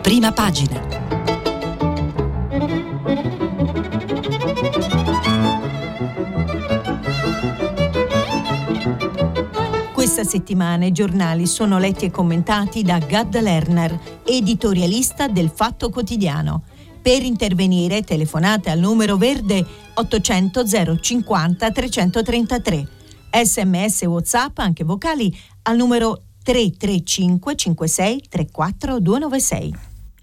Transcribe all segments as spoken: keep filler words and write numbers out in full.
Prima pagina. Questa settimana i giornali sono letti e commentati da Gad Lerner, editorialista del Fatto Quotidiano. Per intervenire telefonate al numero verde ottocento zero cinquanta trecentotrentatré. Sms e WhatsApp, anche vocali, al numero tre tre cinque cinque sei tre quattro due nove sei.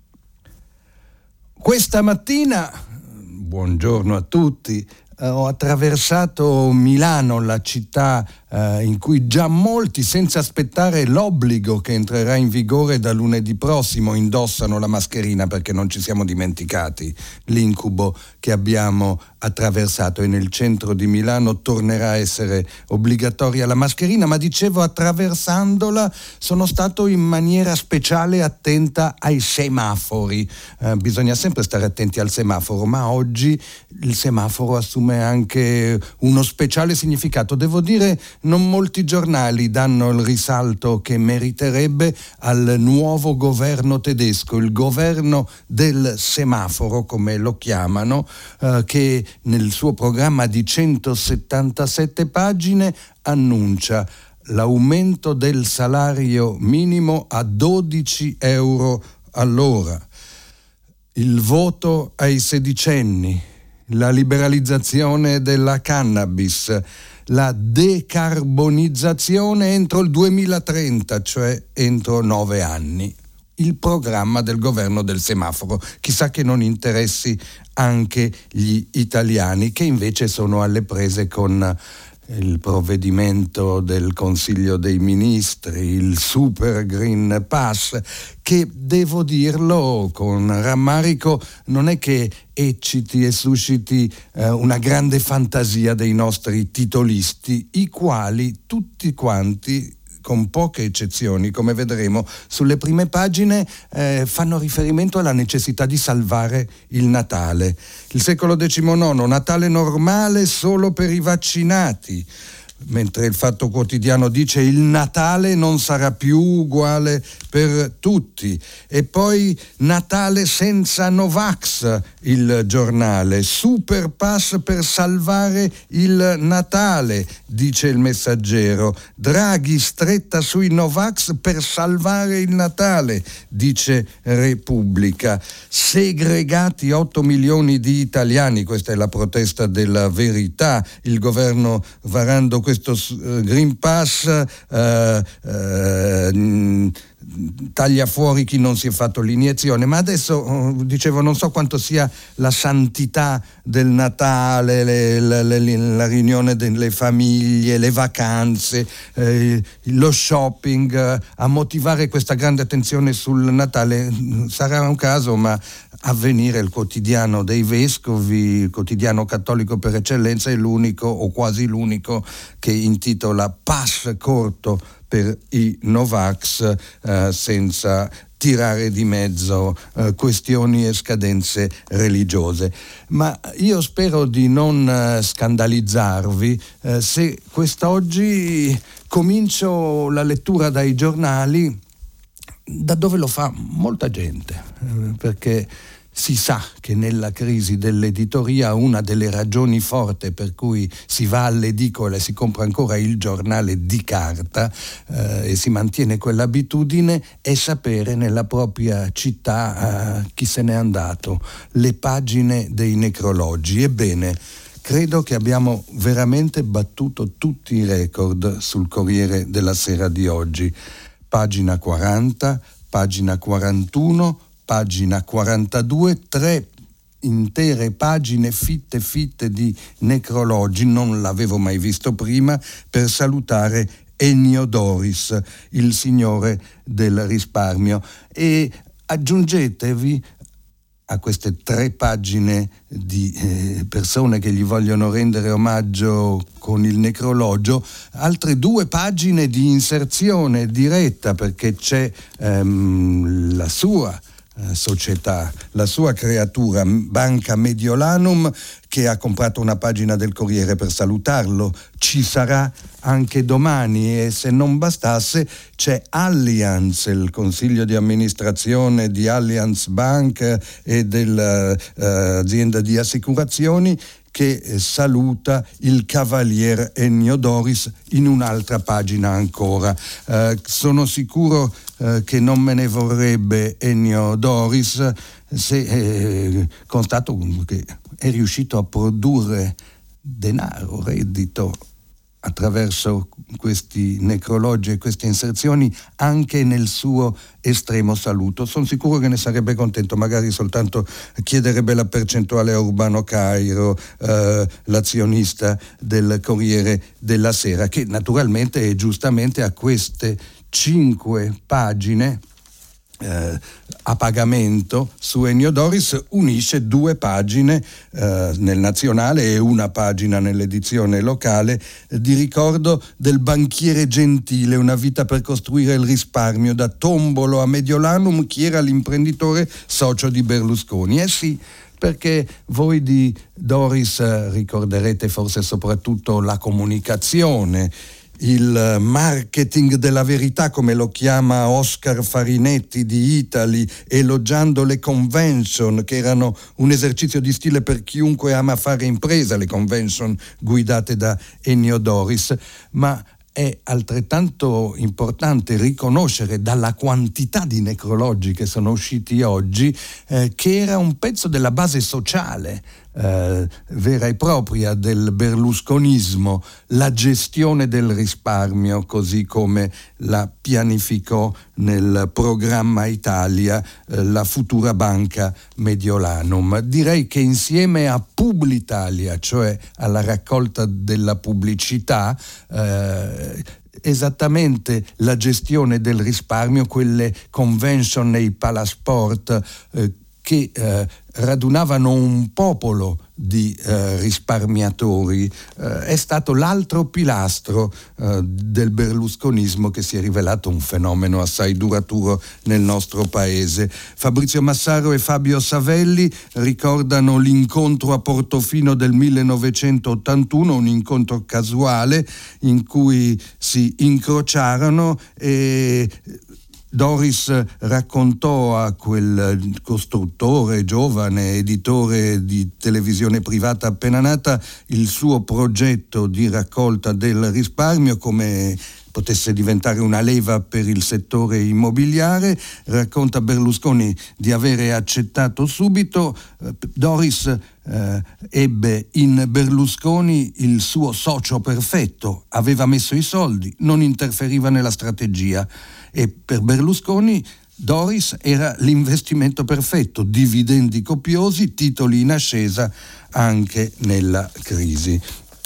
Questa mattina, buongiorno a tutti, ho attraversato Milano, la città eh, in cui già molti, senza aspettare l'obbligo che entrerà in vigore da lunedì prossimo, indossano la mascherina, perché non ci siamo dimenticati l'incubo che abbiamo attraversato, e nel centro di Milano tornerà a essere obbligatoria la mascherina. Ma dicevo, attraversandola sono stato in maniera speciale attenta ai semafori. Eh, bisogna sempre stare attenti al semaforo, ma oggi il semaforo assume anche uno speciale significato. Devo dire, non molti giornali danno il risalto che meriterebbe al nuovo governo tedesco, il governo del semaforo, come lo chiamano, eh, che nel suo programma di centosettantasette pagine annuncia l'aumento del salario minimo a dodici euro all'ora, il voto ai sedicenni, la liberalizzazione della cannabis, la decarbonizzazione entro il duemilatrenta, cioè entro nove anni. Il programma del governo del semaforo. Chissà che non interessi anche gli italiani, che invece sono alle prese con il provvedimento del Consiglio dei Ministri, il Super Green Pass, che, devo dirlo con rammarico, non è che ecciti e susciti eh, una grande fantasia dei nostri titolisti, i quali tutti quanti, con poche eccezioni, come vedremo sulle prime pagine, eh, fanno riferimento alla necessità di salvare il Natale. Il secolo diciannove, Natale normale solo per i vaccinati, mentre il Fatto Quotidiano dice il Natale non sarà più uguale per tutti. E poi Natale senza Novax, il giornale, Super Pass per salvare il Natale, dice il Messaggero, Draghi stretta sui Novax per salvare il Natale, dice Repubblica, segregati otto milioni di italiani, questa è la protesta della Verità, il governo varando questo Green Pass eh, eh, taglia fuori chi non si è fatto l'iniezione. Ma adesso, dicevo, non so quanto sia la santità del Natale, le, le, le, la riunione delle famiglie, le vacanze, eh, lo shopping, eh, a motivare questa grande attenzione sul Natale. Sarà un caso, ma Avvenire, il quotidiano dei vescovi, il quotidiano cattolico per eccellenza, è l'unico o quasi l'unico che intitola Pass corto per i Novax, eh, senza tirare di mezzo eh, questioni e scadenze religiose. Ma io spero di non eh, scandalizzarvi eh, se quest'oggi comincio la lettura dai giornali da dove lo fa molta gente, eh, perché si sa che nella crisi dell'editoria una delle ragioni forti per cui si va all'edicola e si compra ancora il giornale di carta eh, e si mantiene quell'abitudine è sapere nella propria città eh, chi se n'è andato, le pagine dei necrologi. Ebbene, credo che abbiamo veramente battuto tutti i record sul Corriere della Sera di oggi. Pagina quaranta, pagina quarantuno, pagina quarantadue, tre intere pagine fitte fitte di necrologi, non l'avevo mai visto prima, per salutare Ennio Doris, il signore del risparmio. E aggiungetevi a queste tre pagine di eh, persone che gli vogliono rendere omaggio con il necrologio altre due pagine di inserzione diretta, perché c'è ehm, la sua eh, società, la sua creatura Banca Mediolanum, che ha comprato una pagina del Corriere per salutarlo. Ci sarà anche domani, e se non bastasse c'è Allianz, il consiglio di amministrazione di Allianz Bank e dell'azienda di assicurazioni, che saluta il cavalier Ennio Doris in un'altra pagina ancora. Eh, sono sicuro eh, che non me ne vorrebbe Ennio Doris se eh, constato che è riuscito a produrre denaro, reddito, attraverso questi necrologi e queste inserzioni, anche nel suo estremo saluto. Sono sicuro che ne sarebbe contento, magari soltanto chiederebbe la percentuale a Urbano Cairo, eh, l'azionista del Corriere della Sera, che naturalmente e giustamente a queste cinque pagine Eh, a pagamento su Ennio Doris unisce due pagine eh, nel nazionale e una pagina nell'edizione locale eh, di ricordo del banchiere gentile, una vita per costruire il risparmio, da Tombolo a Mediolanum, chi era l'imprenditore socio di Berlusconi. Eh sì, perché voi di Doris eh, ricorderete forse soprattutto la comunicazione, il marketing della verità, come lo chiama Oscar Farinetti di Italy, elogiando le convention, che erano un esercizio di stile per chiunque ama fare impresa, le convention guidate da Ennio Doris. Ma è altrettanto importante riconoscere dalla quantità di necrologi che sono usciti oggi eh, che era un pezzo della base sociale eh, vera e propria del berlusconismo, la gestione del risparmio, così come la pianificò nel programma Italia eh, la futura Banca Mediolanum. Direi che insieme a Publitalia, cioè alla raccolta della pubblicità, eh, esattamente la gestione del risparmio, quelle convention nei palasport eh, che eh, radunavano un popolo di eh, risparmiatori, eh, è stato l'altro pilastro eh, del berlusconismo, che si è rivelato un fenomeno assai duraturo nel nostro paese. Fabrizio Massaro e Fabio Savelli ricordano l'incontro a Portofino del millenovecentottantuno, un incontro casuale in cui si incrociarono e Doris raccontò a quel costruttore giovane, editore di televisione privata appena nata, il suo progetto di raccolta del risparmio, come potesse diventare una leva per il settore immobiliare. Racconta Berlusconi di avere accettato subito. Doris eh, ebbe in Berlusconi il suo socio perfetto, aveva messo i soldi, non interferiva nella strategia, e per Berlusconi Doris era l'investimento perfetto, dividendi copiosi, titoli in ascesa anche nella crisi.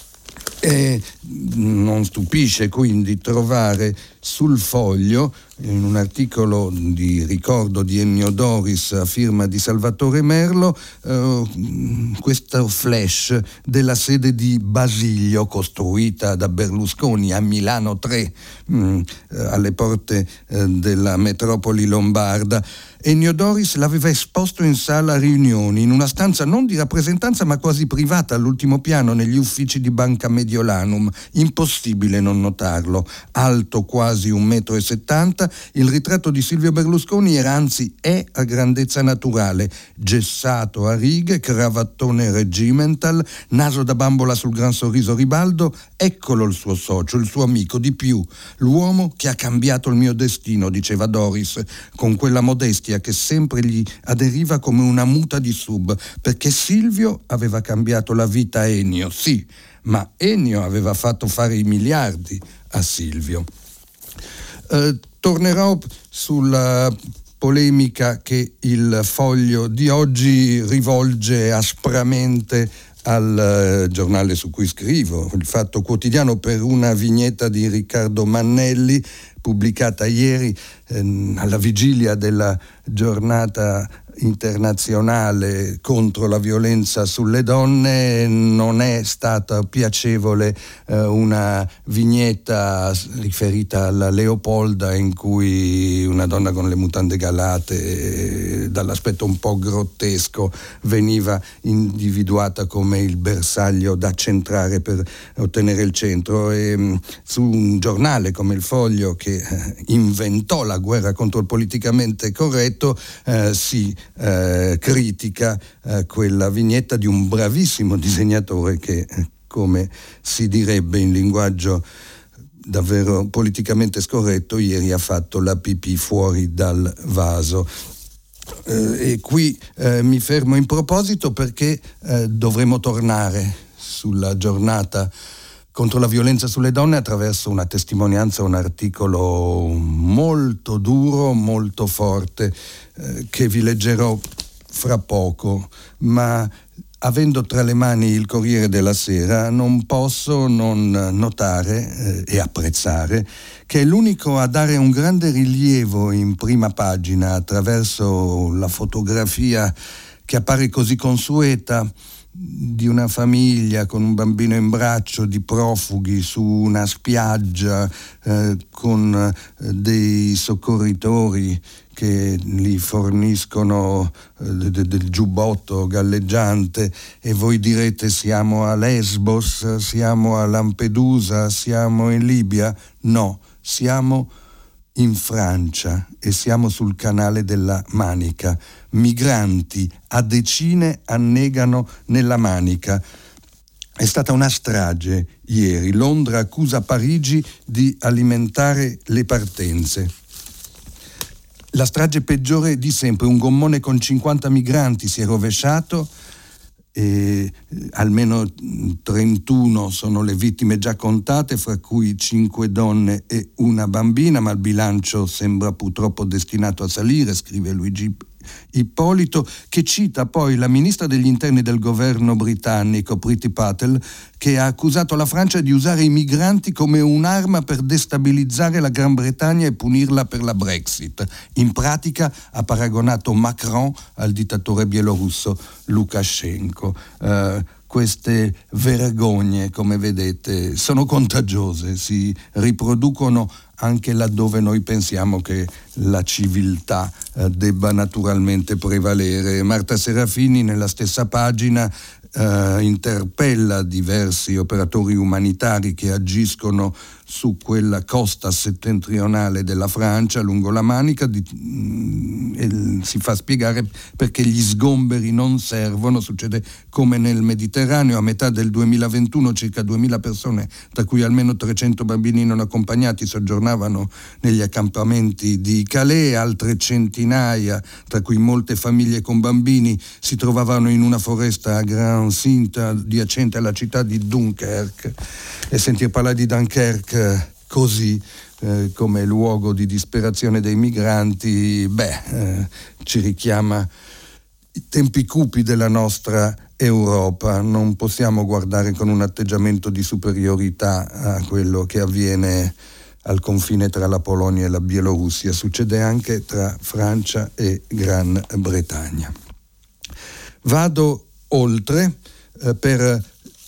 E non stupisce quindi trovare sul Foglio, in un articolo di ricordo di Ennio Doris a firma di Salvatore Merlo, eh, questo flash della sede di Basilio, costruita da Berlusconi a Milano tre, mh, alle porte eh, della metropoli lombarda. Ennio Doris l'aveva esposto in sala riunioni, in una stanza non di rappresentanza ma quasi privata, all'ultimo piano, negli uffici di Banca Mediolanum. Impossibile non notarlo. Alto quasi un metro e settanta, il ritratto di Silvio Berlusconi era, anzi è, a grandezza naturale, gessato a righe, cravattone regimental, naso da bambola sul gran sorriso ribaldo. Eccolo il suo socio, il suo amico, di più, l'uomo che ha cambiato il mio destino, diceva Doris, con quella modestia che sempre gli aderiva come una muta di sub, perché Silvio aveva cambiato la vita a Ennio, sì, ma Ennio aveva fatto fare i miliardi a Silvio. Eh, tornerò sulla polemica che il Foglio di oggi rivolge aspramente al giornale su cui scrivo, il Fatto Quotidiano, per una vignetta di Riccardo Mannelli pubblicata ieri eh, alla vigilia della giornata internazionale contro la violenza sulle donne non è stata piacevole eh, una vignetta riferita alla Leopolda in cui una donna con le mutande galate, eh, dall'aspetto un po' grottesco, veniva individuata come il bersaglio da centrare per ottenere il centro, e mh, su un giornale come il Foglio, che eh, inventò la guerra contro il politicamente corretto, eh, si Eh, critica eh, quella vignetta di un bravissimo disegnatore che, eh, come si direbbe in linguaggio davvero politicamente scorretto, ieri ha fatto la pipì fuori dal vaso. Eh, e qui eh, mi fermo in proposito perché eh, dovremo tornare sulla giornata contro la violenza sulle donne attraverso una testimonianza, un articolo molto duro, molto forte, eh, che vi leggerò fra poco, ma avendo tra le mani il Corriere della Sera non posso non notare eh, e apprezzare che è l'unico a dare un grande rilievo in prima pagina attraverso la fotografia che appare così consueta di una famiglia con un bambino in braccio, di profughi su una spiaggia eh, con eh, dei soccorritori che li forniscono eh, de- del giubbotto galleggiante, e voi direte: siamo a Lesbos, siamo a Lampedusa, siamo in Libia? No, siamo in Francia e siamo sul canale della Manica. Migranti a decine annegano nella Manica. È stata una strage ieri. Londra accusa Parigi di alimentare le partenze. La strage peggiore di sempre. Un gommone con cinquanta migranti si è rovesciato e almeno trentuno sono le vittime già contate, fra cui cinque donne e una bambina, ma il bilancio sembra purtroppo destinato a salire, scrive Luigi Ippolito, che cita poi la ministra degli interni del governo britannico, Priti Patel, che ha accusato la Francia di usare i migranti come un'arma per destabilizzare la Gran Bretagna e punirla per la Brexit. In pratica ha paragonato Macron al dittatore bielorusso Lukashenko. Uh, Queste vergogne, come vedete, sono contagiose, si riproducono anche laddove noi pensiamo che la civiltà eh, debba naturalmente prevalere. Marta Serafini nella stessa pagina eh, interpella diversi operatori umanitari che agiscono su quella costa settentrionale della Francia, lungo la Manica, di, mh, e si fa spiegare perché gli sgomberi non servono. Succede come nel Mediterraneo: a metà del duemilaventuno circa duemila persone, tra cui almeno trecento bambini non accompagnati, soggiornavano negli accampamenti di Calais, altre centinaia, tra cui molte famiglie con bambini, si trovavano in una foresta a Grand Saint adiacente alla città di Dunkerque. E sentir parlare di Dunkerque così eh, come luogo di disperazione dei migranti, beh, eh, ci richiama i tempi cupi della nostra Europa. Non possiamo guardare con un atteggiamento di superiorità a quello che avviene al confine tra la Polonia e la Bielorussia. Succede anche tra Francia e Gran Bretagna. Vado oltre eh, per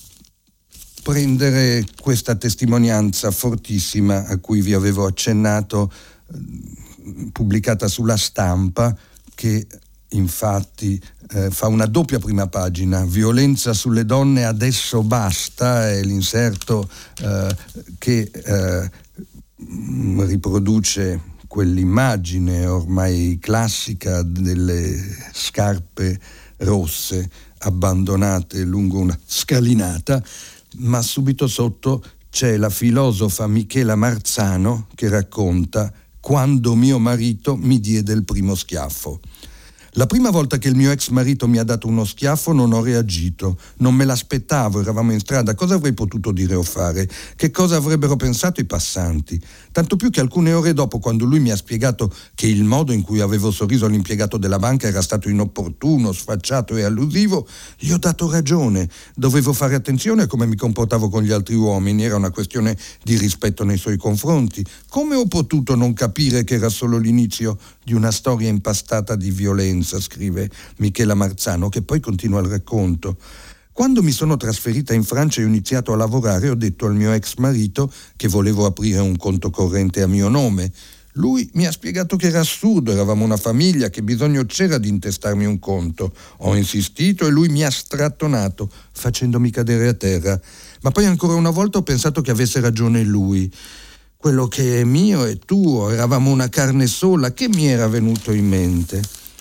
prendere questa testimonianza fortissima a cui vi avevo accennato, pubblicata sulla Stampa, che infatti eh, fa una doppia prima pagina. Violenza sulle donne, adesso basta, è l'inserto eh, che eh, riproduce quell'immagine ormai classica delle scarpe rosse abbandonate lungo una scalinata, ma subito sotto c'è la filosofa Michela Marzano che racconta: quando mio marito mi diede il primo schiaffo. La prima volta che il mio ex marito mi ha dato uno schiaffo non ho reagito, non me l'aspettavo, eravamo in strada, cosa avrei potuto dire o fare? Che cosa avrebbero pensato i passanti? Tanto più che alcune ore dopo, quando lui mi ha spiegato che il modo in cui avevo sorriso all'impiegato della banca era stato inopportuno, sfacciato e allusivo, gli ho dato ragione. Dovevo fare attenzione a come mi comportavo con gli altri uomini, era una questione di rispetto nei suoi confronti. Come ho potuto non capire che era solo l'inizio di una storia impastata di violenza, scrive Michela Marzano, che poi continua il racconto. Quando mi sono trasferita in Francia e ho iniziato a lavorare, ho detto al mio ex marito che volevo aprire un conto corrente a mio nome. Lui mi ha spiegato che era assurdo, eravamo una famiglia, che bisogno c'era di intestarmi un conto. Ho insistito e lui mi ha strattonato, facendomi cadere a terra. Ma poi ancora una volta ho pensato che avesse ragione lui. Quello che è mio è tuo, eravamo una carne sola, che mi era venuto in mente?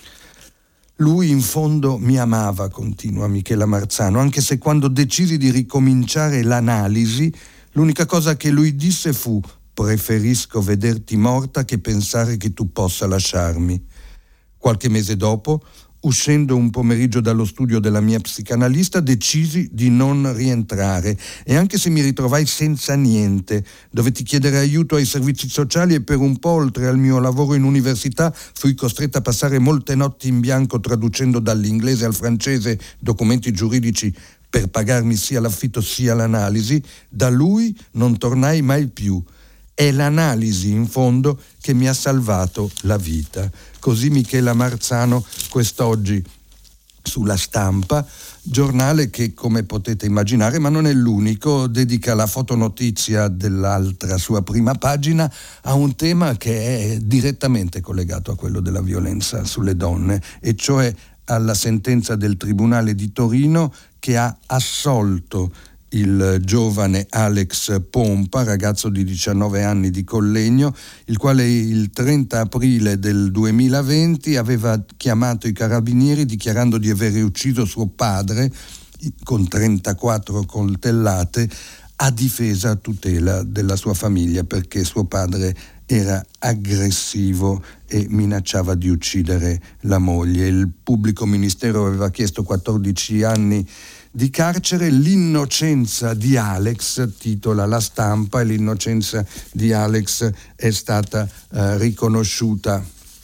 Lui in fondo mi amava, continua Michela Marzano, anche se quando decisi di ricominciare l'analisi, l'unica cosa che lui disse fu: preferisco vederti morta che pensare che tu possa lasciarmi. Qualche mese dopo, uscendo un pomeriggio dallo studio della mia psicanalista, decisi di non rientrare e anche se mi ritrovai senza niente, dovetti chiedere aiuto ai servizi sociali e per un po', oltre al mio lavoro in università, fui costretta a passare molte notti in bianco traducendo dall'inglese al francese documenti giuridici per pagarmi sia l'affitto sia l'analisi. Da lui non tornai mai più. È l'analisi, in fondo, che mi ha salvato la vita. Così Michela Marzano quest'oggi sulla Stampa, giornale che, come potete immaginare, ma non è l'unico, dedica la fotonotizia dell'altra sua prima pagina a un tema che è direttamente collegato a quello della violenza sulle donne, e cioè alla sentenza del Tribunale di Torino che ha assolto il giovane Alex Pompa, ragazzo di diciannove anni di Collegno, il quale il trenta aprile del duemilaventi aveva chiamato i carabinieri dichiarando di aver ucciso suo padre con trentaquattro coltellate a difesa, a tutela della sua famiglia, perché suo padre era aggressivo e minacciava di uccidere la moglie. Il pubblico ministero aveva chiesto quattordici anni di carcere. L'innocenza di Alex, titola La Stampa, e l'innocenza di Alex è stata eh, riconosciuta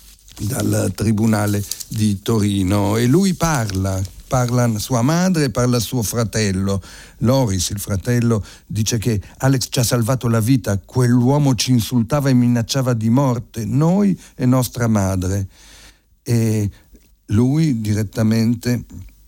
dal Tribunale di Torino, e lui parla, parla sua madre, parla suo fratello. Loris, il fratello, dice che Alex ci ha salvato la vita, quell'uomo ci insultava e minacciava di morte, noi e nostra madre. E lui direttamente,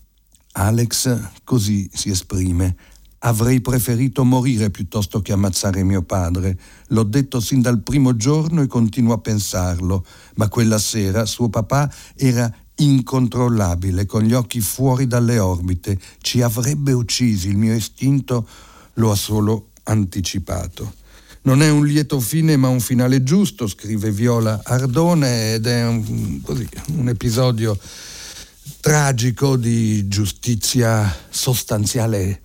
Alex, così si esprime: avrei preferito morire piuttosto che ammazzare mio padre. L'ho detto sin dal primo giorno e continuo a pensarlo, ma quella sera suo papà era incontrollabile, con gli occhi fuori dalle orbite. Ci avrebbe uccisi, il mio istinto lo ha solo anticipato. Non è un lieto fine ma un finale giusto, scrive Viola Ardone, ed è un, così, un episodio tragico di giustizia sostanziale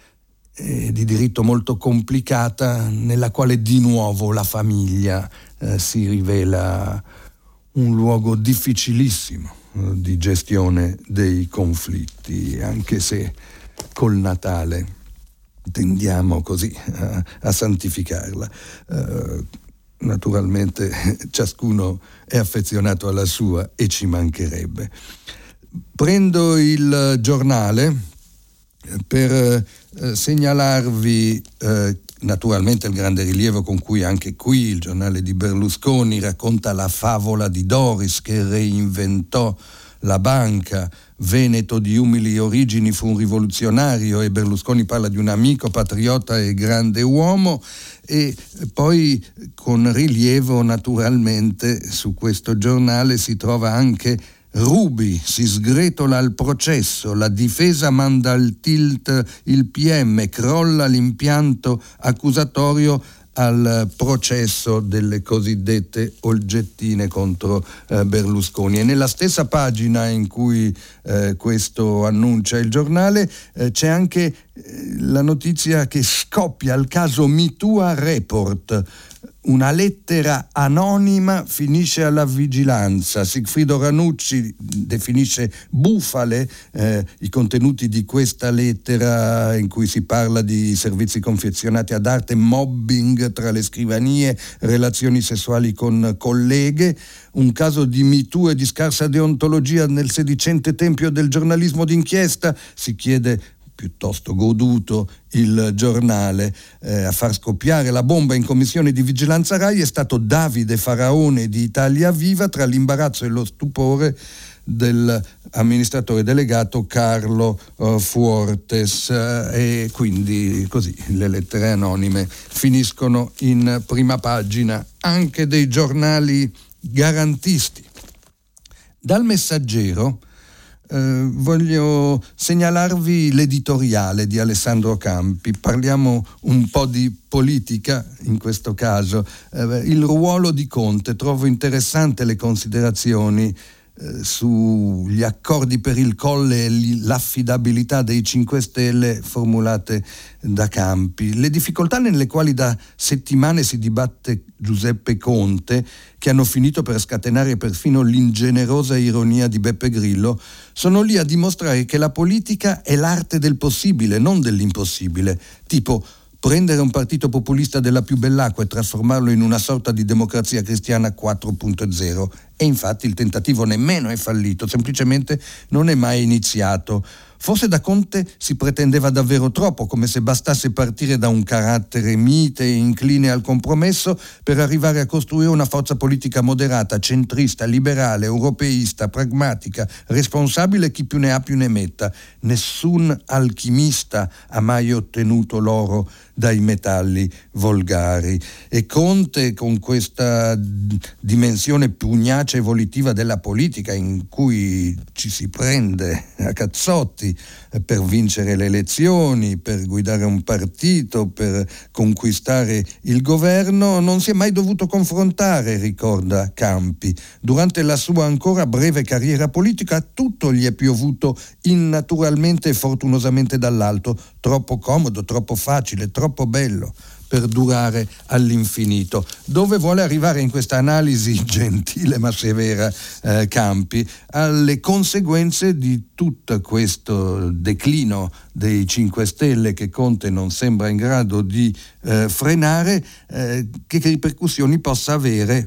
e di diritto molto complicata, nella quale di nuovo la famiglia eh, si rivela un luogo difficilissimo eh, di gestione dei conflitti, anche se col Natale tendiamo così a, a santificarla. Uh, naturalmente ciascuno è affezionato alla sua e ci mancherebbe. Prendo il giornale per eh, segnalarvi eh, naturalmente il grande rilievo con cui anche qui il giornale di Berlusconi racconta la favola di Doris che reinventò la banca. Veneto di umili origini, fu un rivoluzionario, e Berlusconi parla di un amico, patriota e grande uomo. E poi con rilievo naturalmente su questo giornale si trova anche Ruby, si sgretola al processo, la difesa manda al tilt il P M, crolla l'impianto accusatorio al processo delle cosiddette Olgettine contro eh, Berlusconi. E nella stessa pagina in cui eh, questo annuncia il giornale eh, c'è anche eh, la notizia che scoppia il caso MeToo Report. Una lettera anonima finisce alla vigilanza. Sigfrido Ranucci definisce bufale eh, i contenuti di questa lettera, in cui si parla di servizi confezionati ad arte, mobbing tra le scrivanie, relazioni sessuali con colleghe, un caso di Me Too e di scarsa deontologia nel sedicente tempio del giornalismo d'inchiesta. Si chiede, piuttosto goduto, il giornale. Eh, a far scoppiare la bomba in commissione di vigilanza Rai è stato Davide Faraone di Italia Viva, tra l'imbarazzo e lo stupore dell'amministratore delegato Carlo uh, Fuortes, uh, e quindi così le lettere anonime finiscono in prima pagina anche dei giornali garantisti. Dal Messaggero Eh, voglio segnalarvi l'editoriale di Alessandro Campi. Parliamo un po' di politica in questo caso. Eh, il ruolo di Conte. Trovo interessante le considerazioni eh, sugli accordi per il Colle e l'affidabilità dei cinque Stelle formulate da Campi. Le difficoltà nelle quali da settimane si dibatte Giuseppe Conte, che hanno finito per scatenare perfino l'ingenerosa ironia di Beppe Grillo, sono lì a dimostrare che la politica è l'arte del possibile, non dell'impossibile. Tipo, prendere un partito populista della più bell'acqua e trasformarlo in una sorta di democrazia cristiana quattro punto zero. E infatti il tentativo nemmeno è fallito, semplicemente non è mai iniziato. Forse da Conte si pretendeva davvero troppo, come se bastasse partire da un carattere mite e incline al compromesso per arrivare a costruire una forza politica moderata, centrista, liberale, europeista, pragmatica, responsabile, chi più ne ha più ne metta. Nessun alchimista ha mai ottenuto l'oro dai metalli volgari. E Conte, con questa dimensione pugnacia e volitiva della politica, in cui ci si prende a cazzotti per vincere le elezioni, per guidare un partito, per conquistare il governo, non si è mai dovuto confrontare, ricorda Campi. Durante la sua ancora breve carriera politica tutto gli è piovuto innaturalmente e fortunosamente dall'alto, troppo comodo, troppo facile, troppo bello per durare all'infinito. Dove vuole arrivare in questa analisi gentile ma severa eh, Campi? Alle conseguenze di tutto questo declino dei cinque Stelle che Conte non sembra in grado di eh, frenare, eh, che, che ripercussioni possa avere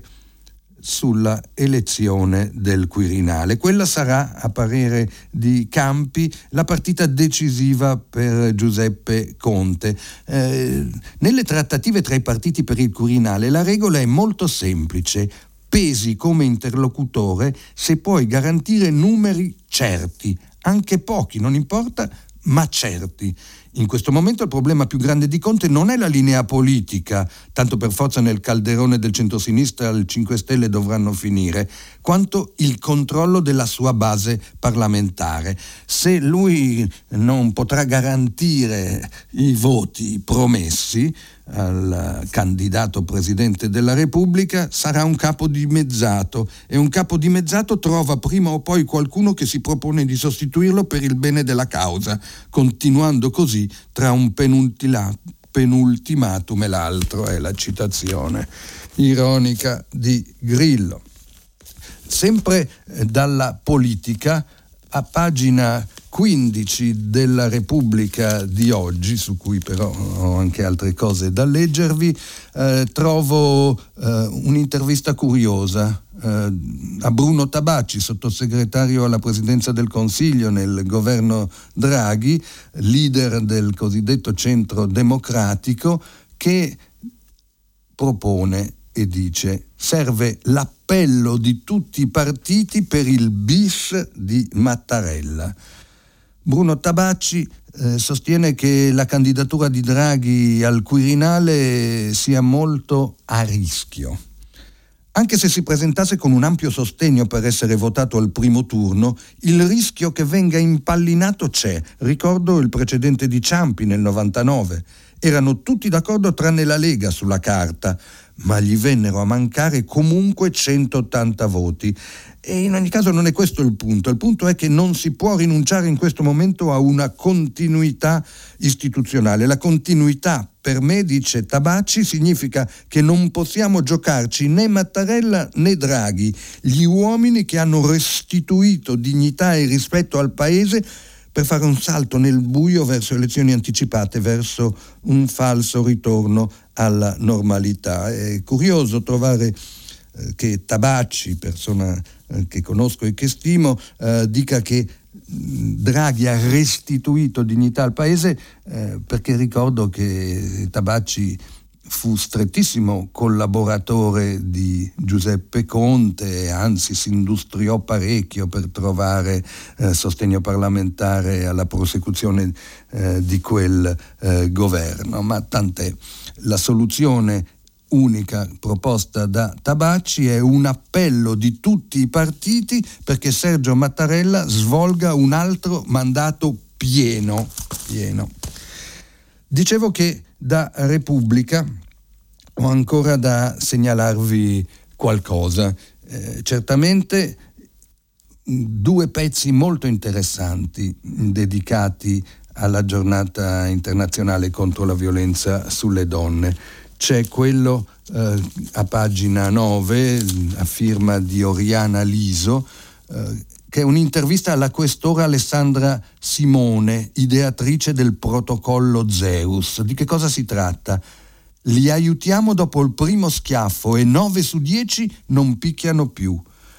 sulla elezione del Quirinale. Quella sarà, a parere di Campi, la partita decisiva per Giuseppe Conte. Eh, nelle trattative tra i partiti per il Quirinale la regola è molto semplice: pesi come interlocutore se puoi garantire numeri certi, anche pochi, non importa, ma certi. In questo momento il problema più grande di Conte non è la linea politica, tanto per forza nel calderone del centrosinistra il cinque Stelle dovranno finire, quanto il controllo della sua base parlamentare. Se lui non potrà garantire i voti promessi al candidato presidente della Repubblica, sarà un capo dimezzato, e un capo dimezzato trova prima o poi qualcuno che si propone di sostituirlo per il bene della causa, continuando così tra un penultimatum e l'altro. È la citazione ironica di Grillo. Sempre dalla politica, a pagina quindici della Repubblica di oggi, su cui però ho anche altre cose da leggervi, eh, trovo eh, un'intervista curiosa eh, a Bruno Tabacci, sottosegretario alla Presidenza del Consiglio nel governo Draghi, leader del cosiddetto centro democratico, che propone e dice: serve l'appello di tutti i partiti per il bis di Mattarella. Bruno Tabacci eh, sostiene che la candidatura di Draghi al Quirinale sia molto a rischio. Anche se si presentasse con un ampio sostegno per essere votato al primo turno, il rischio che venga impallinato c'è. Ricordo il precedente di Ciampi nel novantanove. Erano tutti d'accordo tranne la Lega sulla carta, ma gli vennero a mancare comunque centottanta voti. E in ogni caso non è questo il punto. Il punto è che non si può rinunciare in questo momento a una continuità istituzionale. La continuità, per me, dice Tabacci, significa che non possiamo giocarci né Mattarella né Draghi, gli uomini che hanno restituito dignità e rispetto al Paese, per fare un salto nel buio verso elezioni anticipate, verso un falso ritorno alla normalità. È curioso trovare eh, che Tabacci, persona eh, che conosco e che stimo, eh, dica che Draghi ha restituito dignità al Paese, eh, perché ricordo che Tabacci fu strettissimo collaboratore di Giuseppe Conte, anzi si industriò parecchio per trovare eh, sostegno parlamentare alla prosecuzione eh, di quel eh, governo, ma tant'è. La soluzione unica proposta da Tabacci è un appello di tutti i partiti perché Sergio Mattarella svolga un altro mandato pieno. pieno. Dicevo che da Repubblica ho ancora da segnalarvi qualcosa. Eh, certamente due pezzi molto interessanti dedicati alla giornata internazionale contro la violenza sulle donne. C'è quello eh, a pagina nove, a firma di Oriana Liso, eh, che è un'intervista alla questora Alessandra Simone, ideatrice del protocollo Zeus. Di che cosa si tratta? Li aiutiamo dopo il primo schiaffo e nove su dieci non picchiano più.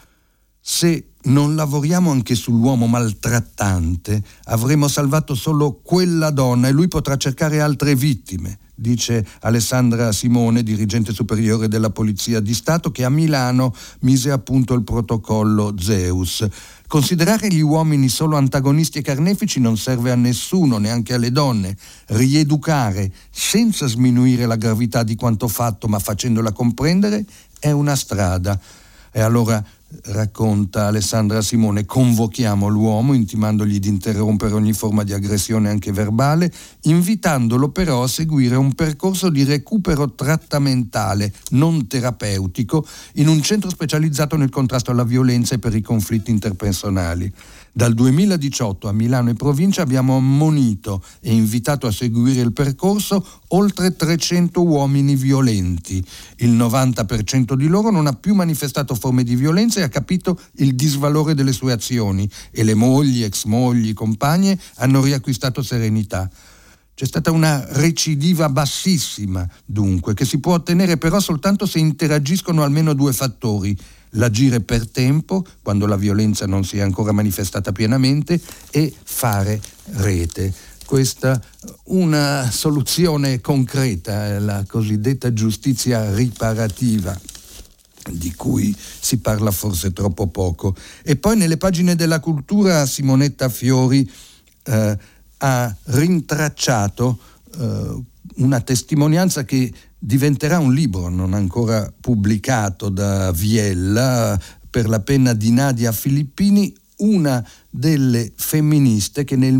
Se non lavoriamo anche sull'uomo maltrattante, avremo salvato solo quella donna e lui potrà cercare altre vittime, dice Alessandra Simone, dirigente superiore della Polizia di Stato, che a Milano mise a punto il protocollo Zeus. Considerare gli uomini solo antagonisti e carnefici non serve a nessuno, neanche alle donne. Rieducare senza sminuire la gravità di quanto fatto, ma facendola comprendere, è una strada. E allora, racconta Alessandra Simone, convochiamo l'uomo intimandogli di interrompere ogni forma di aggressione anche verbale, invitandolo però a seguire un percorso di recupero trattamentale, non terapeutico, in un centro specializzato nel contrasto alla violenza e per i conflitti interpersonali. Dal duemiladiciotto a Milano e provincia abbiamo ammonito e invitato a seguire il percorso oltre trecento uomini violenti. Il novanta per cento di loro non ha più manifestato forme di violenza e ha capito il disvalore delle sue azioni, e le mogli, ex mogli, compagne hanno riacquistato serenità. C'è stata una recidiva bassissima, dunque, che si può ottenere però soltanto se interagiscono almeno due fattori: l'agire per tempo, quando la violenza non si è ancora manifestata pienamente, e fare rete. Questa una soluzione concreta, la cosiddetta giustizia riparativa, di cui si parla forse troppo poco. E poi nelle pagine della cultura Simonetta Fiori eh, ha rintracciato eh, una testimonianza che diventerà un libro non ancora pubblicato da Viella per la penna di Nadia Filippini, una delle femministe che nel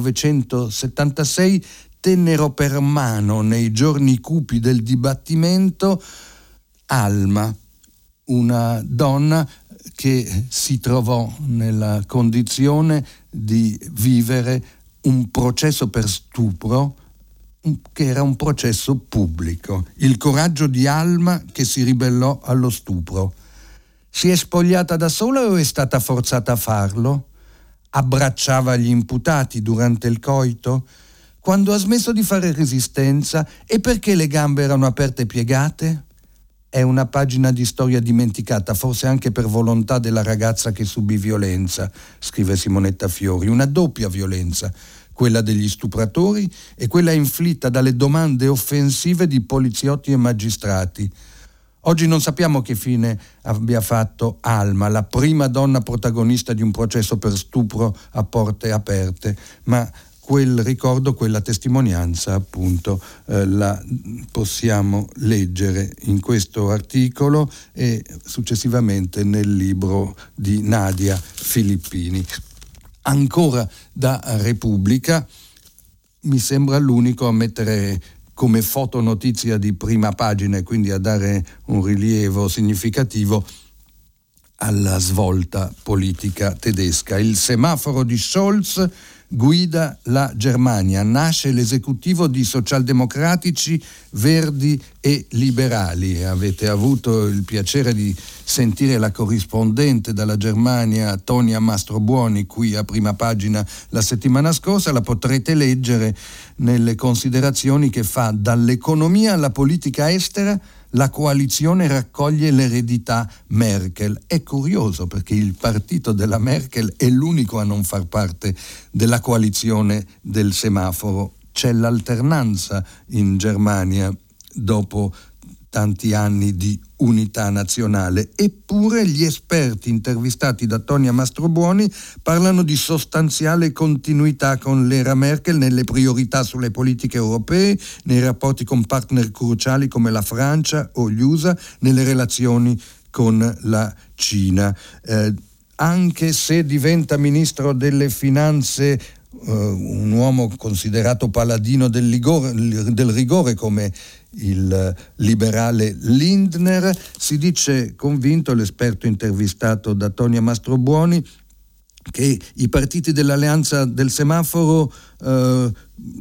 millenovecentosettantasei tennero per mano nei giorni cupi del dibattimento Alma, una donna che si trovò nella condizione di vivere un processo per stupro che era un processo pubblico. Il coraggio di Alma che si ribellò allo stupro. Si è spogliata da sola o è stata forzata a farlo? Abbracciava gli imputati durante il coito? Quando ha smesso di fare resistenza, e perché le gambe erano aperte e piegate? È una pagina di storia dimenticata, forse anche per volontà della ragazza che subì violenza, scrive Simonetta Fiori, una doppia violenza, quella degli stupratori e quella inflitta dalle domande offensive di poliziotti e magistrati. Oggi non sappiamo che fine abbia fatto Alma, la prima donna protagonista di un processo per stupro a porte aperte, ma quel ricordo, quella testimonianza, appunto, eh, la possiamo leggere in questo articolo e successivamente nel libro di Nadia Filippini. Ancora da Repubblica, mi sembra l'unico a mettere come fotonotizia di prima pagina e quindi a dare un rilievo significativo alla svolta politica tedesca. Il semaforo di Scholz guida la Germania, nasce l'esecutivo di socialdemocratici, verdi e liberali. Avete avuto il piacere di sentire la corrispondente dalla Germania, Tonia Mastrobuoni, qui a prima pagina la settimana scorsa. La potrete leggere nelle considerazioni che fa: dall'economia alla politica estera la coalizione raccoglie l'eredità Merkel. È curioso perché il partito della Merkel è l'unico a non far parte della coalizione del semaforo. C'è l'alternanza in Germania dopo tanti anni di unità nazionale, eppure gli esperti intervistati da Tonia Mastrobuoni parlano di sostanziale continuità con l'era Merkel nelle priorità sulle politiche europee, nei rapporti con partner cruciali come la Francia o gli U S A, nelle relazioni con la Cina. Eh, anche se diventa ministro delle finanze uh, un uomo considerato paladino del, ligore, del rigore come il liberale Lindner, si dice convinto l'esperto intervistato da Tonia Mastrobuoni che i partiti dell'alleanza del semaforo eh,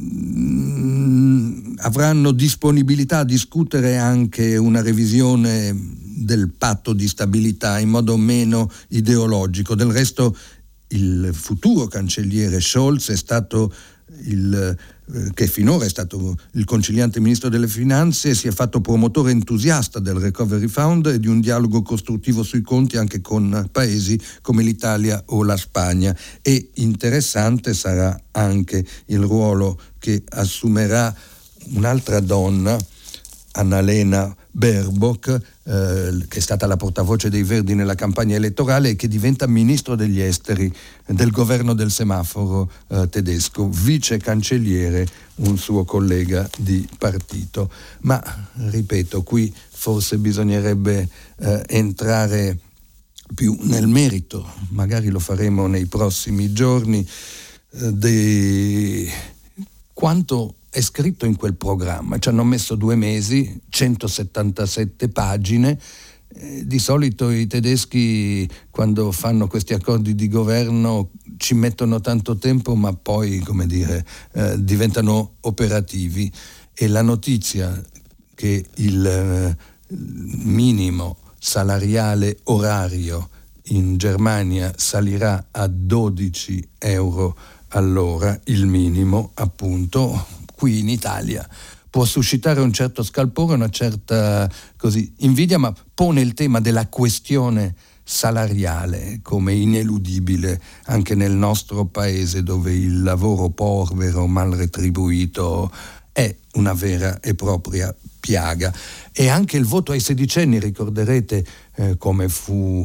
avranno disponibilità a discutere anche una revisione del patto di stabilità in modo meno ideologico. Del resto il futuro cancelliere Scholz è stato il che finora è stato il conciliante ministro delle finanze, si è fatto promotore entusiasta del Recovery Fund e di un dialogo costruttivo sui conti anche con paesi come l'Italia o la Spagna. E interessante sarà anche il ruolo che assumerà un'altra donna, Annalena Baerbock, eh, che è stata la portavoce dei Verdi nella campagna elettorale e che diventa ministro degli esteri del governo del semaforo eh, tedesco, vice cancelliere un suo collega di partito. Ma ripeto, qui forse bisognerebbe eh, entrare più nel merito, magari lo faremo nei prossimi giorni, eh, di quanto è scritto in quel programma. Ci hanno messo due mesi, centosettantasette pagine. Eh, di solito i tedeschi, quando fanno questi accordi di governo, ci mettono tanto tempo, ma poi, come dire, eh, diventano operativi. E la notizia che il eh, minimo salariale orario in Germania salirà a dodici euro all'ora, il minimo appunto, qui in Italia può suscitare un certo scalpore, una certa così invidia, ma pone il tema della questione salariale come ineludibile anche nel nostro paese, dove il lavoro povero, mal retribuito è una vera e propria piaga. E anche il voto ai sedicenni, ricorderete eh, come fu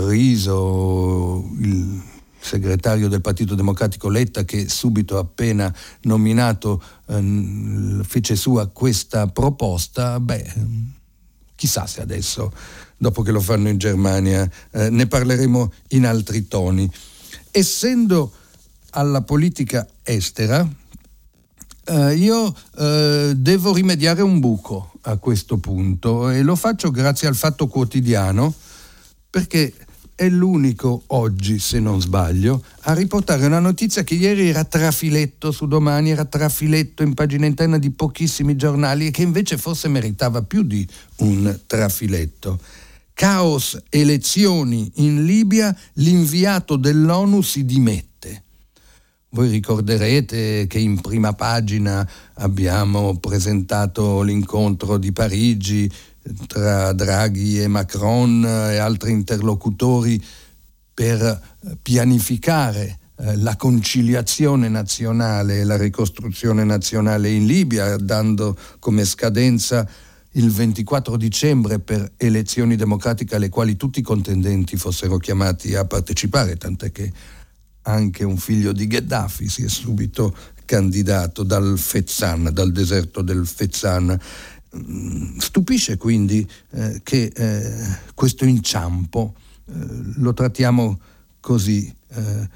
irriso il segretario del Partito Democratico Letta, che subito appena nominato eh, fece sua questa proposta. Beh, chissà se adesso, dopo che lo fanno in Germania, eh, ne parleremo in altri toni. Essendo alla politica estera, eh, io eh, devo rimediare un buco a questo punto, e lo faccio grazie al Fatto Quotidiano, perché è l'unico oggi, se non sbaglio, a riportare una notizia che ieri era trafiletto su Domani, era trafiletto in pagina interna di pochissimi giornali e che invece forse meritava più di un trafiletto. Caos elezioni in Libia, l'inviato dell'ONU si dimette. Voi ricorderete che in prima pagina abbiamo presentato l'incontro di Parigi tra Draghi e Macron e altri interlocutori per pianificare eh, la conciliazione nazionale e la ricostruzione nazionale in Libia, dando come scadenza il ventiquattro dicembre per elezioni democratiche alle quali tutti i contendenti fossero chiamati a partecipare, tant'è che anche un figlio di Gheddafi si è subito candidato dal Fezzan, dal deserto del Fezzan. Stupisce quindi eh, che eh, questo inciampo eh, lo trattiamo così Eh,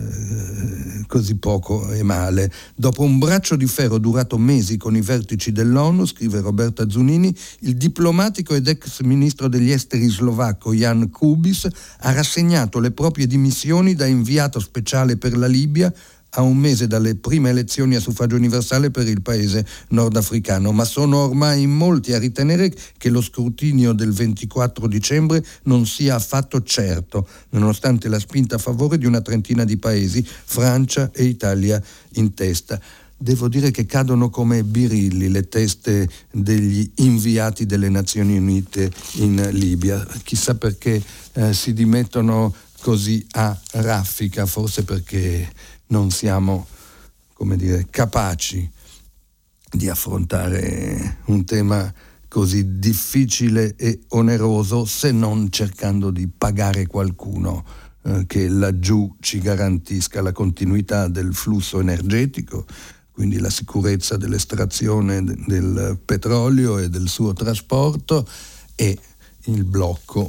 eh, così poco e male. Dopo un braccio di ferro durato mesi con i vertici dell'ONU, scrive Roberta Zunini, il diplomatico ed ex ministro degli esteri slovacco Jan Kubis ha rassegnato le proprie dimissioni da inviato speciale per la Libia a un mese dalle prime elezioni a suffragio universale per il paese nordafricano, ma sono ormai in molti a ritenere che lo scrutinio del ventiquattro dicembre non sia affatto certo, nonostante la spinta a favore di una trentina di paesi, Francia e Italia in testa. Devo dire che cadono come birilli le teste degli inviati delle Nazioni Unite in Libia. Chissà perché eh, si dimettono così a raffica, forse perché non siamo, come dire, capaci di affrontare un tema così difficile e oneroso, se non cercando di pagare qualcuno eh, che laggiù ci garantisca la continuità del flusso energetico, quindi la sicurezza dell'estrazione de- del petrolio e del suo trasporto, e il blocco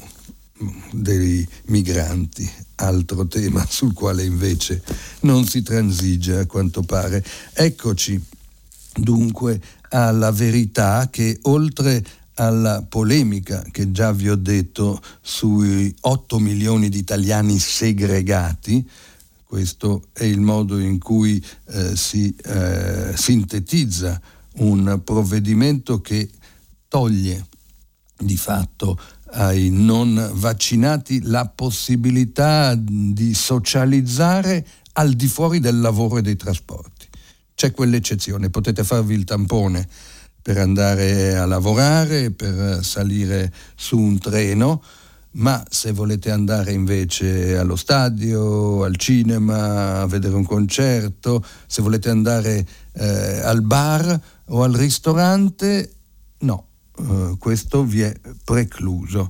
dei migranti, altro tema sul quale invece non si transige a quanto pare. Eccoci dunque alla verità, che oltre alla polemica che già vi ho detto sui otto milioni di italiani segregati, questo è il modo in cui eh, si eh, sintetizza un provvedimento che toglie di fatto ai non vaccinati la possibilità di socializzare al di fuori del lavoro e dei trasporti. C'è quell'eccezione, potete farvi il tampone per andare a lavorare, per salire su un treno, ma se volete andare invece allo stadio, al cinema, a vedere un concerto, se volete andare eh, al bar o al ristorante, no. Uh, questo vi è precluso.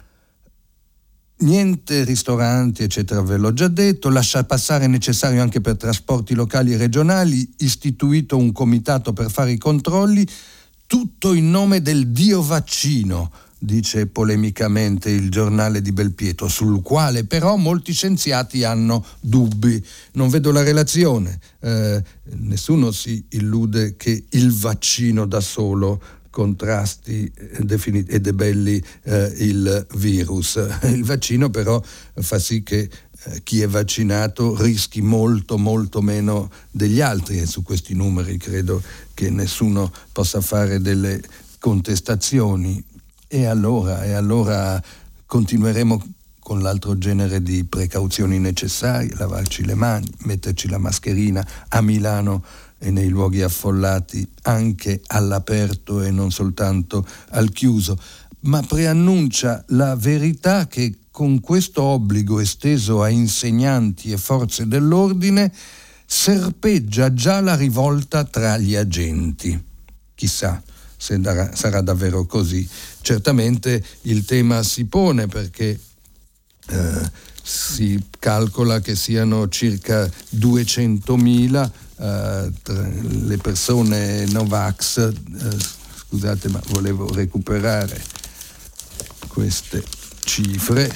Niente ristoranti eccetera, ve l'ho già detto. Lascia passare è necessario anche per trasporti locali e regionali, istituito un comitato per fare i controlli, tutto in nome del dio vaccino, dice polemicamente il giornale di Belpietro, sul quale però molti scienziati hanno dubbi. Non vedo la relazione, eh, nessuno si illude che il vaccino da solo contrasti e debelli eh, il virus. Il vaccino però fa sì che eh, chi è vaccinato rischi molto molto meno degli altri, e su questi numeri credo che nessuno possa fare delle contestazioni. E allora, e allora continueremo con l'altro genere di precauzioni necessarie, lavarci le mani, metterci la mascherina a Milano e nei luoghi affollati anche all'aperto e non soltanto al chiuso, ma preannuncia la verità che con questo obbligo esteso a insegnanti e forze dell'ordine serpeggia già la rivolta tra gli agenti. Chissà se darà, sarà davvero così. Certamente il tema si pone perché eh, si calcola che siano circa duecentomila Uh, le persone Novax, uh, scusate ma volevo recuperare queste cifre,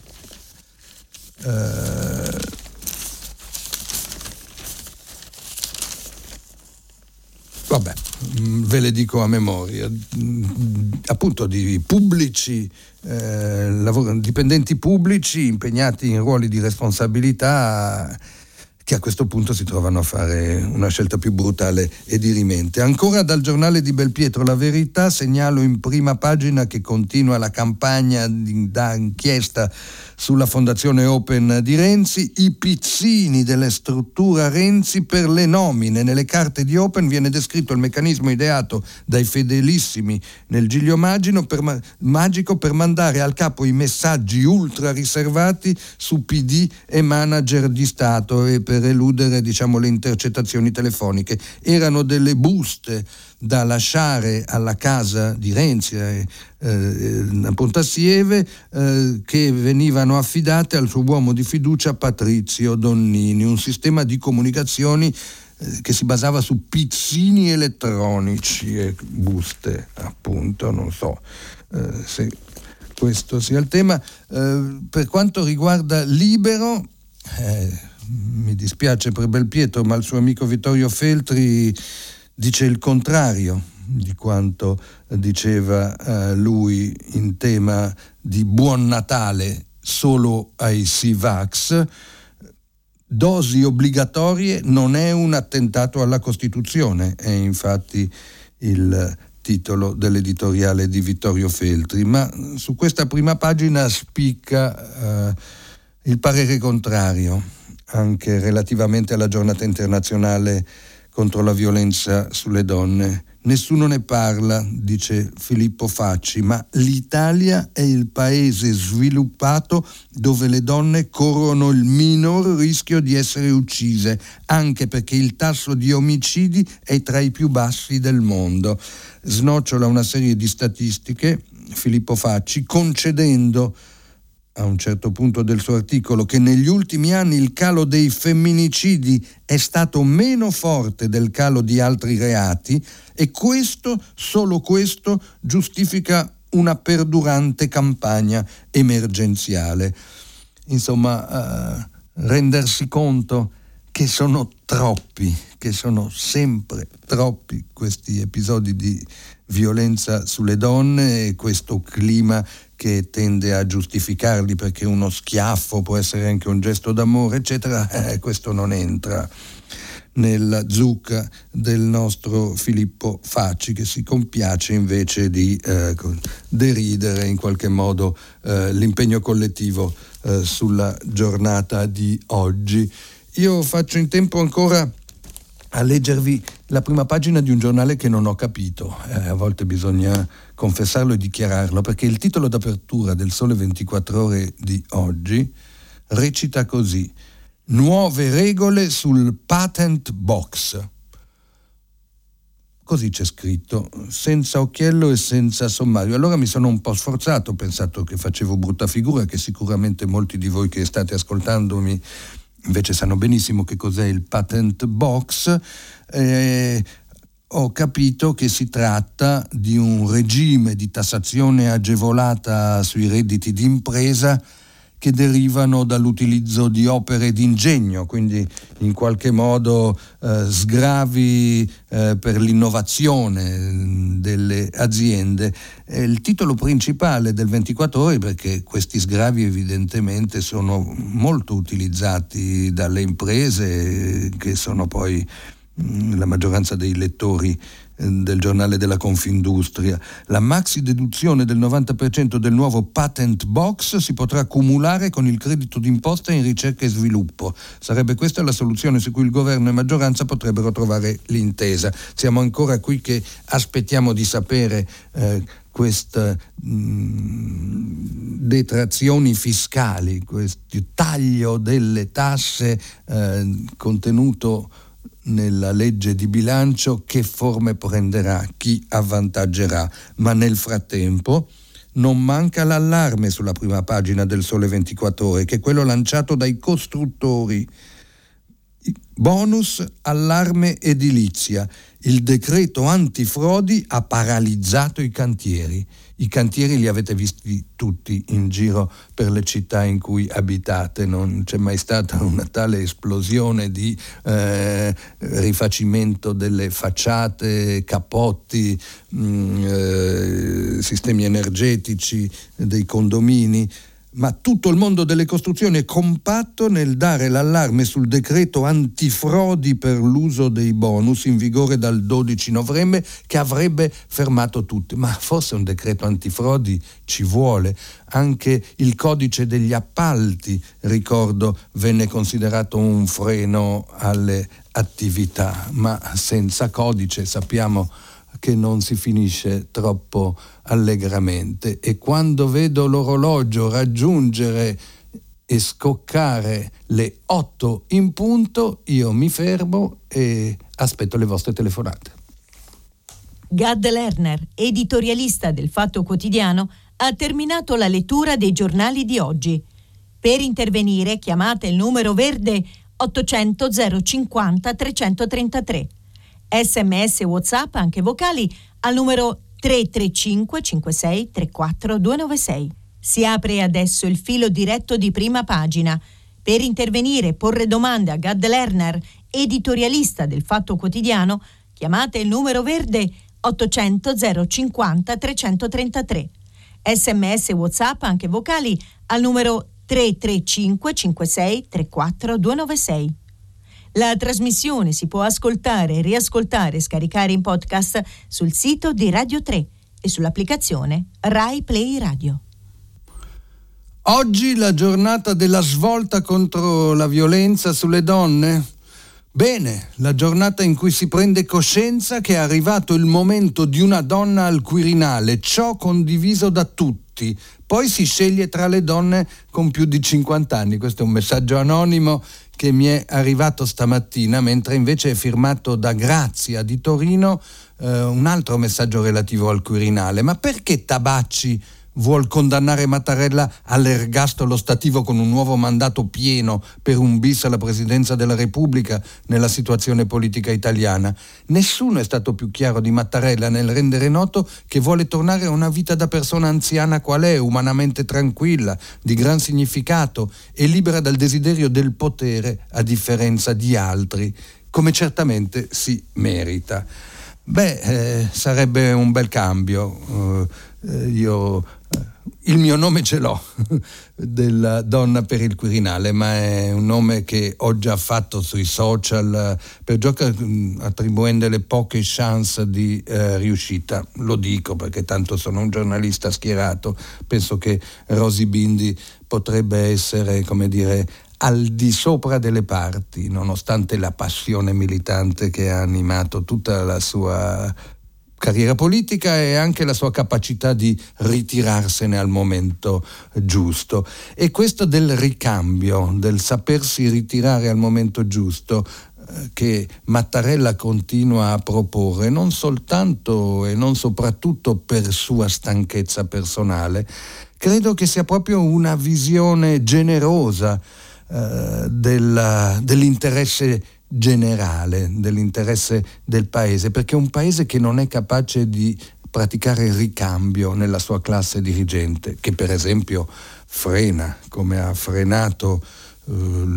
uh, vabbè, ve le dico a memoria, appunto di pubblici, eh, lavoro, dipendenti pubblici impegnati in ruoli di responsabilità, che a questo punto si trovano a fare una scelta più brutale e dirimente. Ancora dal giornale di Belpietro La Verità segnalo in prima pagina che continua la campagna di, da inchiesta sulla fondazione Open di Renzi, i pizzini delle strutture Renzi per le nomine. Nelle carte di Open viene descritto il meccanismo ideato dai fedelissimi nel Giglio Magino per, magico per mandare al capo i messaggi ultra riservati su P D e manager di Stato e per eludere, diciamo, le intercettazioni telefoniche. Erano delle buste da lasciare alla casa di Renzi eh, eh, a Pontassieve eh, che venivano affidate al suo uomo di fiducia Patrizio Donnini, un sistema di comunicazioni eh, che si basava su pizzini elettronici e buste, appunto. Non so eh, se questo sia il tema. Eh, per quanto riguarda Libero, eh, mi dispiace per Belpietro, ma il suo amico Vittorio Feltri dice il contrario di quanto diceva eh, lui in tema di buon Natale solo ai Sivax. Dosi obbligatorie non è un attentato alla Costituzione, è infatti il titolo dell'editoriale di Vittorio Feltri, ma su questa prima pagina spicca eh, il parere contrario, anche relativamente alla giornata internazionale contro la violenza sulle donne. Nessuno ne parla, dice Filippo Facci, ma l'Italia è il paese sviluppato dove le donne corrono il minor rischio di essere uccise, anche perché il tasso di omicidi è tra i più bassi del mondo. Snocciola una serie di statistiche, Filippo Facci, concedendo a un certo punto del suo articolo che negli ultimi anni il calo dei femminicidi è stato meno forte del calo di altri reati, e questo, solo questo, giustifica una perdurante campagna emergenziale. Insomma, eh, rendersi conto che sono troppi, che sono sempre troppi questi episodi di violenza sulle donne e questo clima che tende a giustificarli perché uno schiaffo può essere anche un gesto d'amore, eccetera, eh, questo non entra nella zucca del nostro Filippo Facci, che si compiace invece di eh, deridere in qualche modo eh, l'impegno collettivo eh, sulla giornata di oggi. Io faccio in tempo ancora a leggervi la prima pagina di un giornale che non ho capito, eh, a volte bisogna confessarlo e dichiararlo, perché il titolo d'apertura del Sole ventiquattro Ore di oggi recita così: nuove regole sul patent box. Così c'è scritto, senza occhiello e senza sommario. Allora mi sono un po' sforzato, ho pensato che facevo brutta figura, che sicuramente molti di voi che state ascoltandomi invece sanno benissimo che cos'è il patent box. Eh, ho capito che si tratta di un regime di tassazione agevolata sui redditi d'impresa che derivano dall'utilizzo di opere d'ingegno, quindi in qualche modo eh, sgravi eh, per l'innovazione delle aziende. È il titolo principale del ventiquattro Ore, perché questi sgravi evidentemente sono molto utilizzati dalle imprese, che sono poi mh, la maggioranza dei lettori del giornale della Confindustria. La maxi deduzione del novanta per cento del nuovo patent box si potrà cumulare con il credito d'imposta in ricerca e sviluppo. Sarebbe questa la soluzione su cui il governo e maggioranza potrebbero trovare l'intesa. Siamo ancora qui che aspettiamo di sapere eh, queste mh, detrazioni fiscali, questo taglio delle tasse eh, contenuto nella legge di bilancio, che forme prenderà, chi avvantaggerà. Ma nel frattempo non manca l'allarme sulla prima pagina del Sole ventiquattro Ore, che è quello lanciato dai costruttori. Bonus allarme edilizia. Il decreto antifrodi ha paralizzato i cantieri. I cantieri li avete visti tutti in giro per le città in cui abitate, non c'è mai stata una tale esplosione di eh, rifacimento delle facciate, cappotti, mh, eh, sistemi energetici dei condomini. Ma tutto il mondo delle costruzioni è compatto nel dare l'allarme sul decreto antifrodi per l'uso dei bonus in vigore dal dodici novembre, che avrebbe fermato tutti. Ma forse un decreto antifrodi ci vuole. Anche il codice degli appalti, ricordo, venne considerato un freno alle attività, ma senza codice sappiamo che non si finisce troppo allegramente. E quando vedo l'orologio raggiungere e scoccare le otto in punto, io mi fermo e aspetto le vostre telefonate. Gad Lerner, editorialista del Fatto Quotidiano, ha terminato la lettura dei giornali di oggi. Per intervenire chiamate il numero verde ottocento zero cinquanta trecentotrentatré. Sms e WhatsApp, anche vocali, al numero tre tre cinque cinque sei tre quattro due nove sei. Si apre adesso il filo diretto di Prima Pagina. Per intervenire e porre domande a Gad Lerner, editorialista del Fatto Quotidiano, chiamate il numero verde ottocento zero cinquanta trecentotrentatré. Sms WhatsApp anche vocali al numero tre tre cinque cinque sei tre quattro due nove sei. La trasmissione si può ascoltare, riascoltare e scaricare in podcast sul sito di Radio tre e sull'applicazione Rai Play Radio. Oggi la giornata della svolta contro la violenza sulle donne? Bene, la giornata in cui si prende coscienza che è arrivato il momento di una donna al Quirinale, ciò condiviso da tutti. Poi si sceglie tra le donne con più di cinquanta anni. Questo è un messaggio anonimo che mi è arrivato stamattina, mentre invece è firmato da Grazia di Torino eh, un altro messaggio relativo al Quirinale. Ma perché Tabacci vuol condannare Mattarella all'ergastolo stativo con un nuovo mandato pieno per un bis alla presidenza della Repubblica nella situazione politica italiana? Nessuno è stato più chiaro di Mattarella nel rendere noto che vuole tornare a una vita da persona anziana qual è, umanamente tranquilla, di gran significato e libera dal desiderio del potere, a differenza di altri, come certamente si merita. Beh, eh, sarebbe un bel cambio. Uh, io Il mio nome ce l'ho, della donna per il Quirinale, ma è un nome che ho già fatto sui social per giocare, attribuendole poche chance di eh, riuscita. Lo dico perché tanto sono un giornalista schierato. Penso che Rosy Bindi potrebbe essere, come dire, al di sopra delle parti, nonostante la passione militante che ha animato tutta la sua carriera politica e anche la sua capacità di ritirarsene al momento giusto. E questo del ricambio, del sapersi ritirare al momento giusto, eh, che Mattarella continua a proporre, non soltanto e non soprattutto per sua stanchezza personale, credo che sia proprio una visione generosa eh, della, dell'interesse generale, dell'interesse del paese, perché un paese che non è capace di praticare il ricambio nella sua classe dirigente, che per esempio frena, come ha frenato eh,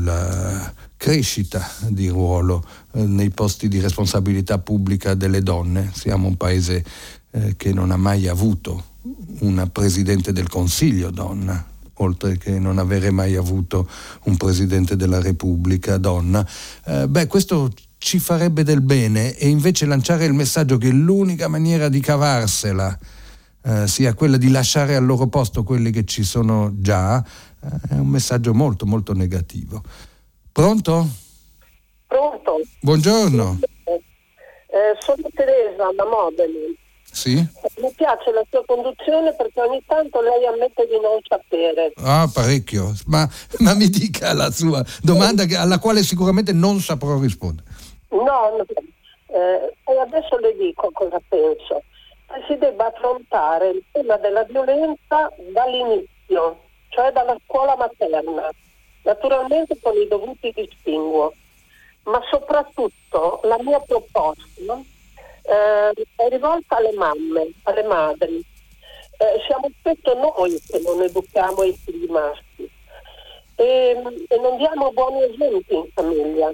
la crescita di ruolo eh, nei posti di responsabilità pubblica delle donne. Siamo un paese eh, che non ha mai avuto una presidente del Consiglio donna, oltre che non avere mai avuto un Presidente della Repubblica donna. Eh, beh, questo ci farebbe del bene, e invece lanciare il messaggio che l'unica maniera di cavarsela eh, sia quella di lasciare al loro posto quelli che ci sono già, eh, è un messaggio molto molto negativo. Pronto? Pronto? Buongiorno. Eh, sono Teresa da Modena. Sì? Mi piace la sua conduzione perché ogni tanto lei ammette di non sapere. Ah, parecchio. Ma, ma mi dica la sua domanda, che, alla quale sicuramente non saprò rispondere. No, no. Eh, e adesso le dico cosa penso. Che si debba affrontare il tema della violenza dall'inizio, cioè dalla scuola materna, naturalmente con i dovuti distinguo, ma soprattutto la mia proposta Eh, è rivolta alle mamme, alle madri. Eh, siamo spesso noi che non educhiamo i figli maschi e, e non diamo buoni esempi in famiglia.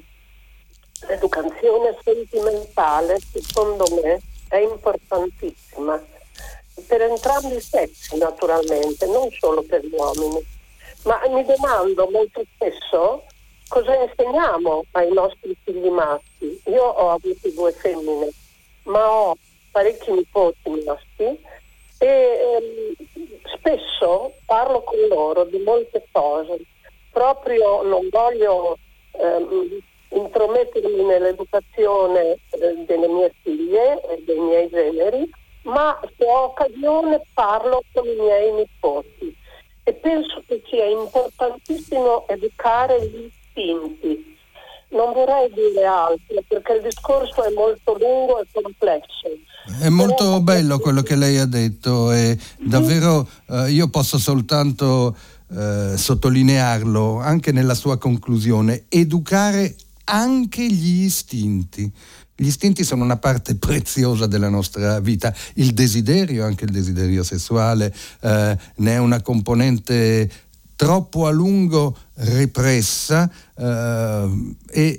L'educazione sentimentale, secondo me, è importantissima per entrambi i sessi, naturalmente, non solo per gli uomini. Ma mi domando molto spesso cosa insegniamo ai nostri figli maschi. Io ho avuto due femmine, ma ho parecchi nipoti maschi e ehm, spesso parlo con loro di molte cose. Proprio non voglio ehm, intromettermi nell'educazione eh, delle mie figlie e dei miei generi, ma se ho occasione parlo con i miei nipoti e penso che sia importantissimo educare gli istinti. Non vorrei dire altro perché il discorso è molto lungo e complesso. È molto bello quello che lei ha detto e davvero eh, io posso soltanto eh, sottolinearlo anche nella sua conclusione: educare anche gli istinti. Gli istinti sono una parte preziosa della nostra vita. Il desiderio, anche il desiderio sessuale, eh, ne è una componente troppo a lungo repressa eh, e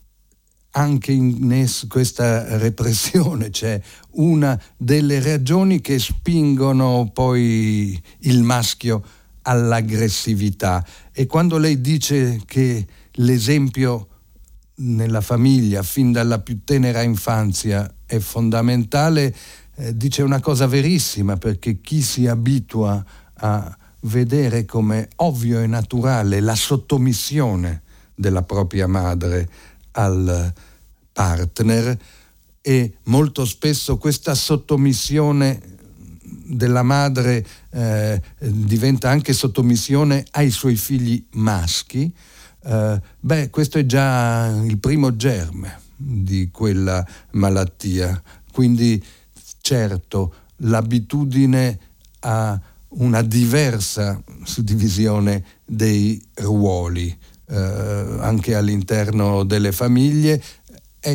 anche in questa repressione c'è una delle ragioni che spingono poi il maschio all'aggressività. E quando lei dice che l'esempio nella famiglia fin dalla più tenera infanzia è fondamentale, eh, dice una cosa verissima, perché chi si abitua a vedere come ovvio e naturale la sottomissione della propria madre al partner, e molto spesso questa sottomissione della madre eh, diventa anche sottomissione ai suoi figli maschi, eh, beh, questo è già il primo germe di quella malattia. Quindi certo l'abitudine a una diversa suddivisione dei ruoli eh, anche all'interno delle famiglie è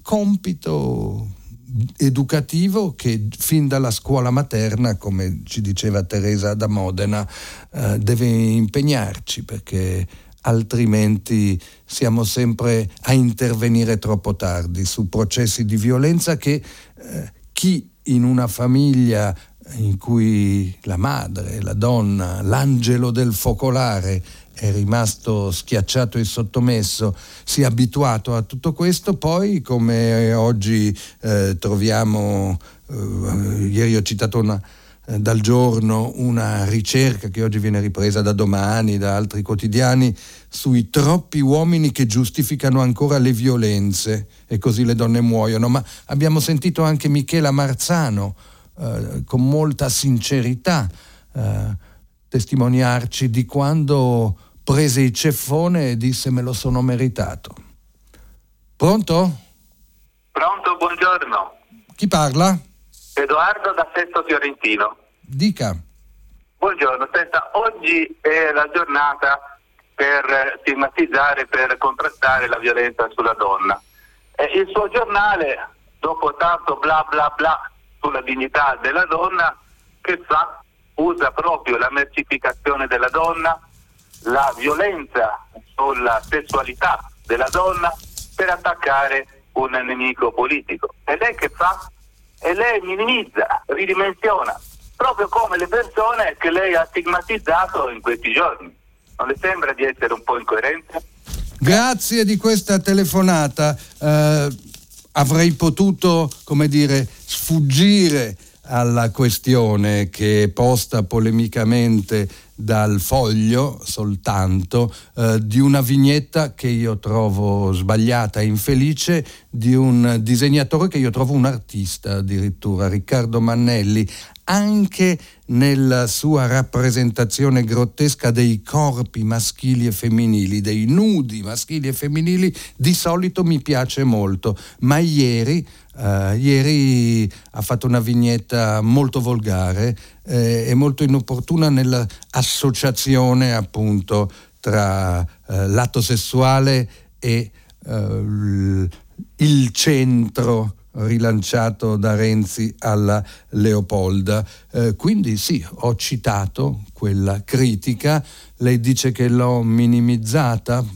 compito educativo che fin dalla scuola materna, come ci diceva Teresa da Modena, eh, deve impegnarci, perché altrimenti siamo sempre a intervenire troppo tardi su processi di violenza che eh, chi in una famiglia in cui la madre, la donna, l'angelo del focolare è rimasto schiacciato e sottomesso, si è abituato a tutto questo, poi come oggi eh, troviamo, eh, ieri ho citato una, eh, dal Giorno una ricerca che oggi viene ripresa da Domani, da altri quotidiani, sui troppi uomini che giustificano ancora le violenze e così le donne muoiono, ma abbiamo sentito anche Michela Marzano eh, con molta sincerità eh, testimoniarci di quando prese il ceffone e disse: me lo sono meritato. Pronto? Pronto, buongiorno. Chi parla? Edoardo da Sesto Fiorentino. Dica. Buongiorno, senta, oggi è la giornata per stigmatizzare, per contrastare la violenza sulla donna. E il suo giornale, dopo tanto bla bla bla sulla dignità della donna, che fa? Usa proprio la mercificazione della donna, la violenza sulla sessualità della donna per attaccare un nemico politico. E lei che fa? E lei minimizza, ridimensiona, proprio come le persone che lei ha stigmatizzato in questi giorni. Non le sembra di essere un po' incoerente? Grazie di questa telefonata. Eh, avrei potuto, come dire, sfuggire alla questione che è posta polemicamente dal Foglio soltanto, eh, di una vignetta che io trovo sbagliata e infelice di un disegnatore che io trovo un artista addirittura, Riccardo Mannelli, anche nella sua rappresentazione grottesca dei corpi maschili e femminili, dei nudi maschili e femminili, di solito mi piace molto, ma ieri Uh, ieri ha fatto una vignetta molto volgare eh, e molto inopportuna nell'associazione appunto tra uh, l'atto sessuale e uh, il centro rilanciato da Renzi alla Leopolda. Uh, quindi sì, ho citato quella critica, lei dice che l'ho minimizzata,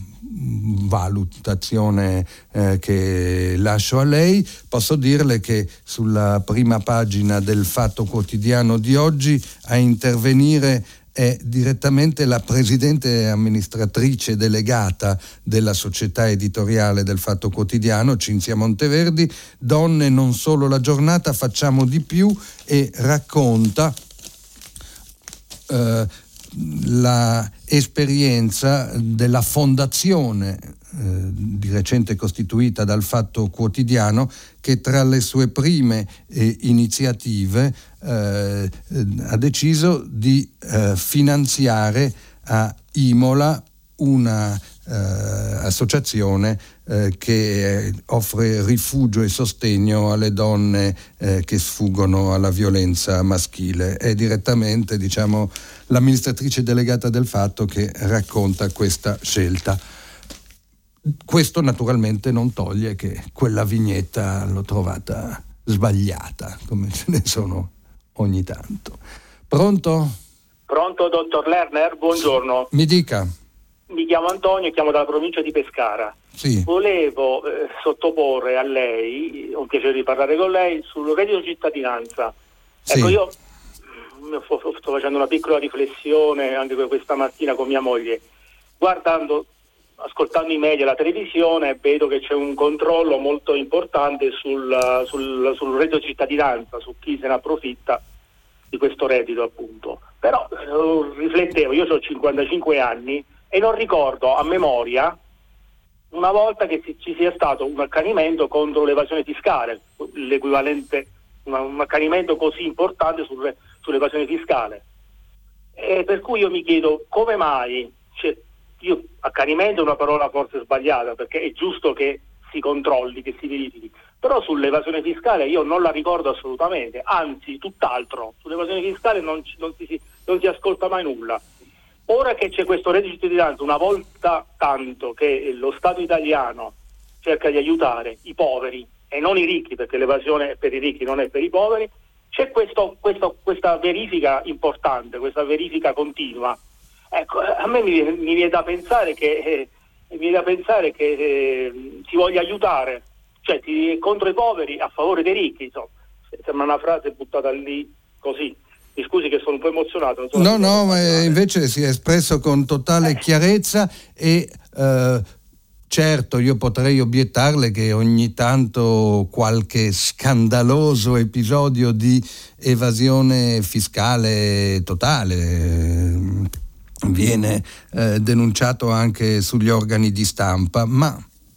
valutazione eh, che lascio a lei. Posso dirle che sulla prima pagina del Fatto Quotidiano di oggi a intervenire è direttamente la presidente amministratrice delegata della società editoriale del Fatto Quotidiano, Cinzia Monteverdi. Donne, non solo la giornata, facciamo di più, e racconta eh, la esperienza della fondazione eh, di recente costituita dal Fatto Quotidiano, che tra le sue prime eh, iniziative eh, ha deciso di eh, finanziare a Imola una eh, associazione eh, che offre rifugio e sostegno alle donne eh, che sfuggono alla violenza maschile. È direttamente, diciamo, l'amministratrice delegata del Fatto che racconta questa scelta. Questo naturalmente non toglie che quella vignetta l'ho trovata sbagliata, come ce ne sono ogni tanto. Pronto? Pronto, dottor Lerner? Buongiorno. Mi dica. Mi chiamo Antonio e chiamo dalla provincia di Pescara. Sì. Volevo eh, sottoporre a lei, ho un piacere di parlare con lei, sul reddito di cittadinanza. Sì. Ecco, io sto facendo una piccola riflessione anche questa mattina con mia moglie, guardando, ascoltando i media, la televisione, vedo che c'è un controllo molto importante sul, sul, sul reddito di cittadinanza, su chi se ne approfitta di questo reddito, appunto. Però eh, riflettevo, io ho cinquantacinque anni e non ricordo a memoria una volta che ci, ci sia stato un accanimento contro l'evasione fiscale, l'equivalente, una, un accanimento così importante sul, sull'evasione fiscale. E per cui io mi chiedo come mai, cioè, io, accanimento è una parola forse sbagliata, perché è giusto che si controlli, che si verifichi, però sull'evasione fiscale io non la ricordo assolutamente, anzi tutt'altro, sull'evasione fiscale non, non, si, non si ascolta mai nulla. Ora che c'è questo reddito di cittadinanza, una volta tanto che lo Stato italiano cerca di aiutare i poveri e non i ricchi, perché l'evasione è per i ricchi, non è per i poveri, c'è questo, questo, questa verifica importante, questa verifica continua. Ecco, a me mi, mi viene da pensare che eh, mi viene da pensare che eh, si voglia aiutare, cioè si, contro i poveri a favore dei ricchi, insomma. Sembra una frase buttata lì così. Mi scusi che sono un po' emozionato. Non no, no, ma invece si è espresso con totale chiarezza e eh, certo io potrei obiettarle che ogni tanto qualche scandaloso episodio di evasione fiscale totale viene eh, denunciato anche sugli organi di stampa, ma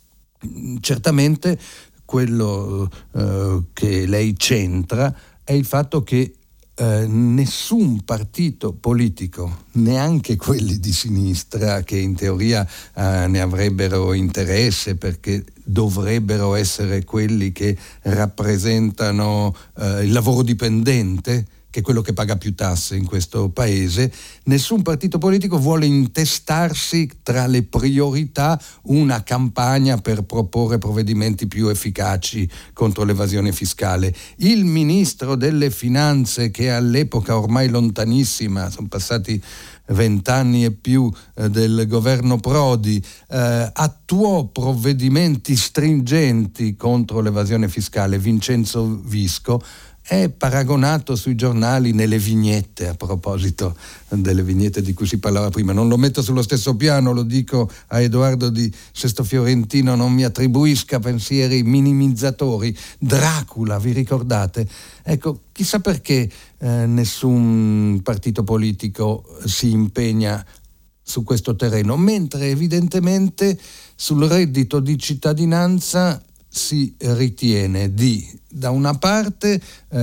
certamente quello eh, che lei centra è il fatto che eh, nessun partito politico, neanche quelli di sinistra che in teoria eh, ne avrebbero interesse perché dovrebbero essere quelli che rappresentano eh, il lavoro dipendente, che è quello che paga più tasse in questo paese, nessun partito politico vuole intestarsi tra le priorità una campagna per proporre provvedimenti più efficaci contro l'evasione fiscale. Il ministro delle Finanze, che all'epoca ormai lontanissima, sono passati vent'anni e più eh, del governo Prodi, eh, attuò provvedimenti stringenti contro l'evasione fiscale, Vincenzo Visco, è paragonato sui giornali nelle vignette, a proposito delle vignette di cui si parlava prima. Non lo metto sullo stesso piano, lo dico a Edoardo di Sesto Fiorentino, non mi attribuisca pensieri minimizzatori. Dracula, vi ricordate? Ecco, chissà perché eh, nessun partito politico si impegna su questo terreno, mentre evidentemente sul reddito di cittadinanza si ritiene di, da una parte,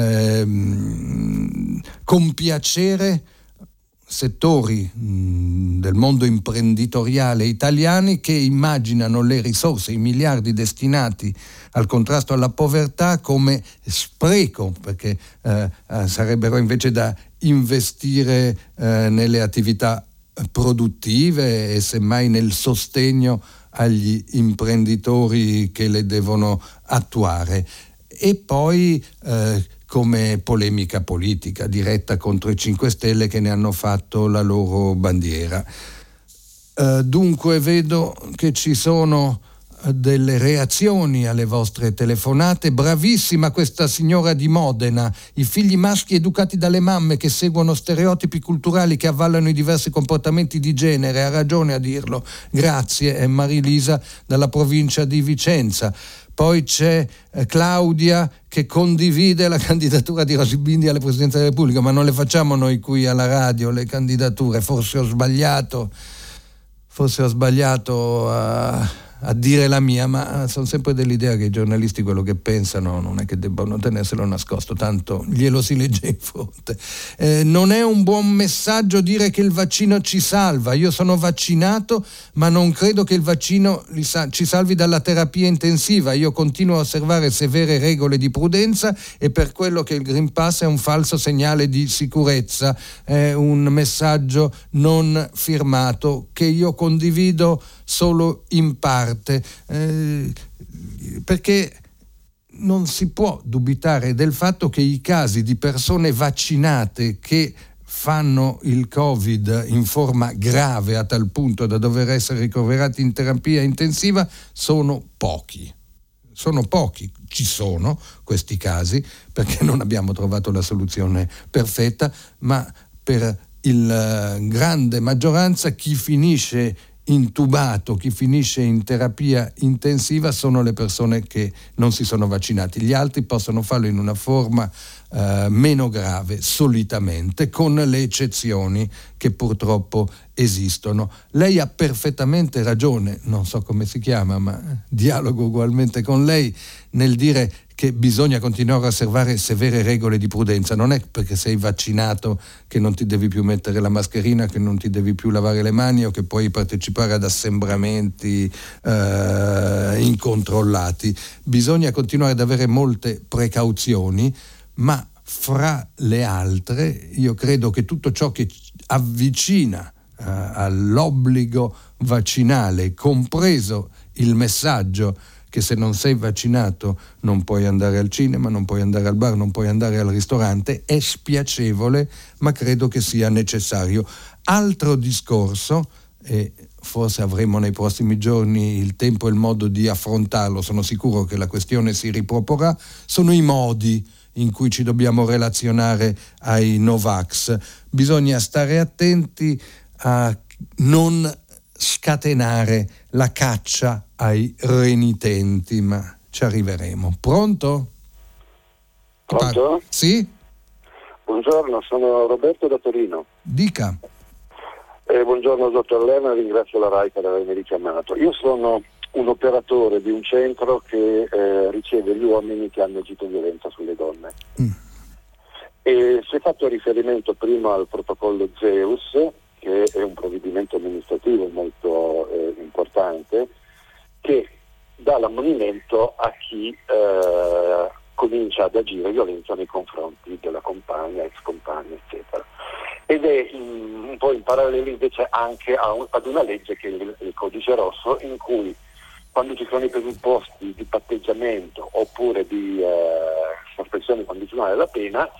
ehm, compiacere settori mh, del mondo imprenditoriale italiani che immaginano le risorse, i miliardi destinati al contrasto alla povertà come spreco, perché eh, eh, sarebbero invece da investire eh, nelle attività produttive e semmai nel sostegno agli imprenditori che le devono attuare. E poi eh, come polemica politica diretta contro i cinque Stelle che ne hanno fatto la loro bandiera. Eh, dunque vedo che ci sono delle reazioni alle vostre telefonate. Bravissima questa signora di Modena, i figli maschi educati dalle mamme che seguono stereotipi culturali che avvallano i diversi comportamenti di genere, ha ragione a dirlo. Grazie, è Marilisa dalla provincia di Vicenza. Poi c'è eh, Claudia che condivide la candidatura di Rosy Bindi alla Presidenza della Repubblica, ma non le facciamo noi qui alla radio le candidature, forse ho sbagliato forse ho sbagliato a a dire la mia, ma sono sempre dell'idea che i giornalisti quello che pensano non è che debbano tenerselo nascosto, tanto glielo si legge in fronte. Eh, non è un buon messaggio dire che il vaccino ci salva. Io sono vaccinato, ma non credo che il vaccino ci salvi dalla terapia intensiva. Io continuo a osservare severe regole di prudenza e per quello che il Green Pass è un falso segnale di sicurezza. È un messaggio non firmato che io condivido solo in parte, eh, perché non si può dubitare del fatto che i casi di persone vaccinate che fanno il Covid in forma grave a tal punto da dover essere ricoverati in terapia intensiva sono pochi. Sono pochi, ci sono questi casi perché non abbiamo trovato la soluzione perfetta, ma per il grande maggioranza chi finisce intubato, chi finisce in terapia intensiva sono le persone che non si sono vaccinati. Gli altri possono farlo in una forma eh, meno grave solitamente, con le eccezioni che purtroppo esistono. Lei ha perfettamente ragione, non so come si chiama, ma dialogo ugualmente con lei nel dire che bisogna continuare a osservare severe regole di prudenza. Non è perché sei vaccinato che non ti devi più mettere la mascherina, che non ti devi più lavare le mani o che puoi partecipare ad assembramenti eh, incontrollati. Bisogna continuare ad avere molte precauzioni, ma fra le altre io credo che tutto ciò che avvicina eh, all'obbligo vaccinale, compreso il messaggio che se non sei vaccinato non puoi andare al cinema, non puoi andare al bar, non puoi andare al ristorante, è spiacevole, ma credo che sia necessario. Altro discorso, e forse avremo nei prossimi giorni il tempo e il modo di affrontarlo, sono sicuro che la questione si riproporrà, sono i modi in cui ci dobbiamo relazionare ai Novax. Bisogna stare attenti a non scatenare la caccia ai renitenti, ma ci arriveremo. Pronto? Pronto? Sì? Buongiorno, sono Roberto da Torino. Dica. Eh, buongiorno dottor Lerner, ringrazio la RAI per avermi richiamato. Io sono un operatore di un centro che eh, riceve gli uomini che hanno agito violenza sulle donne. Mm. E si è fatto riferimento prima al protocollo Zeus, che è un provvedimento amministrativo molto eh, importante, che dà l'ammonimento a chi eh, comincia ad agire violenza nei confronti della compagna, ex compagna, eccetera. Ed è in, un po' in parallelo invece anche a un, ad una legge che è il, il Codice Rosso, in cui quando ci sono i presupposti di patteggiamento oppure di eh, sospensione condizionale della pena,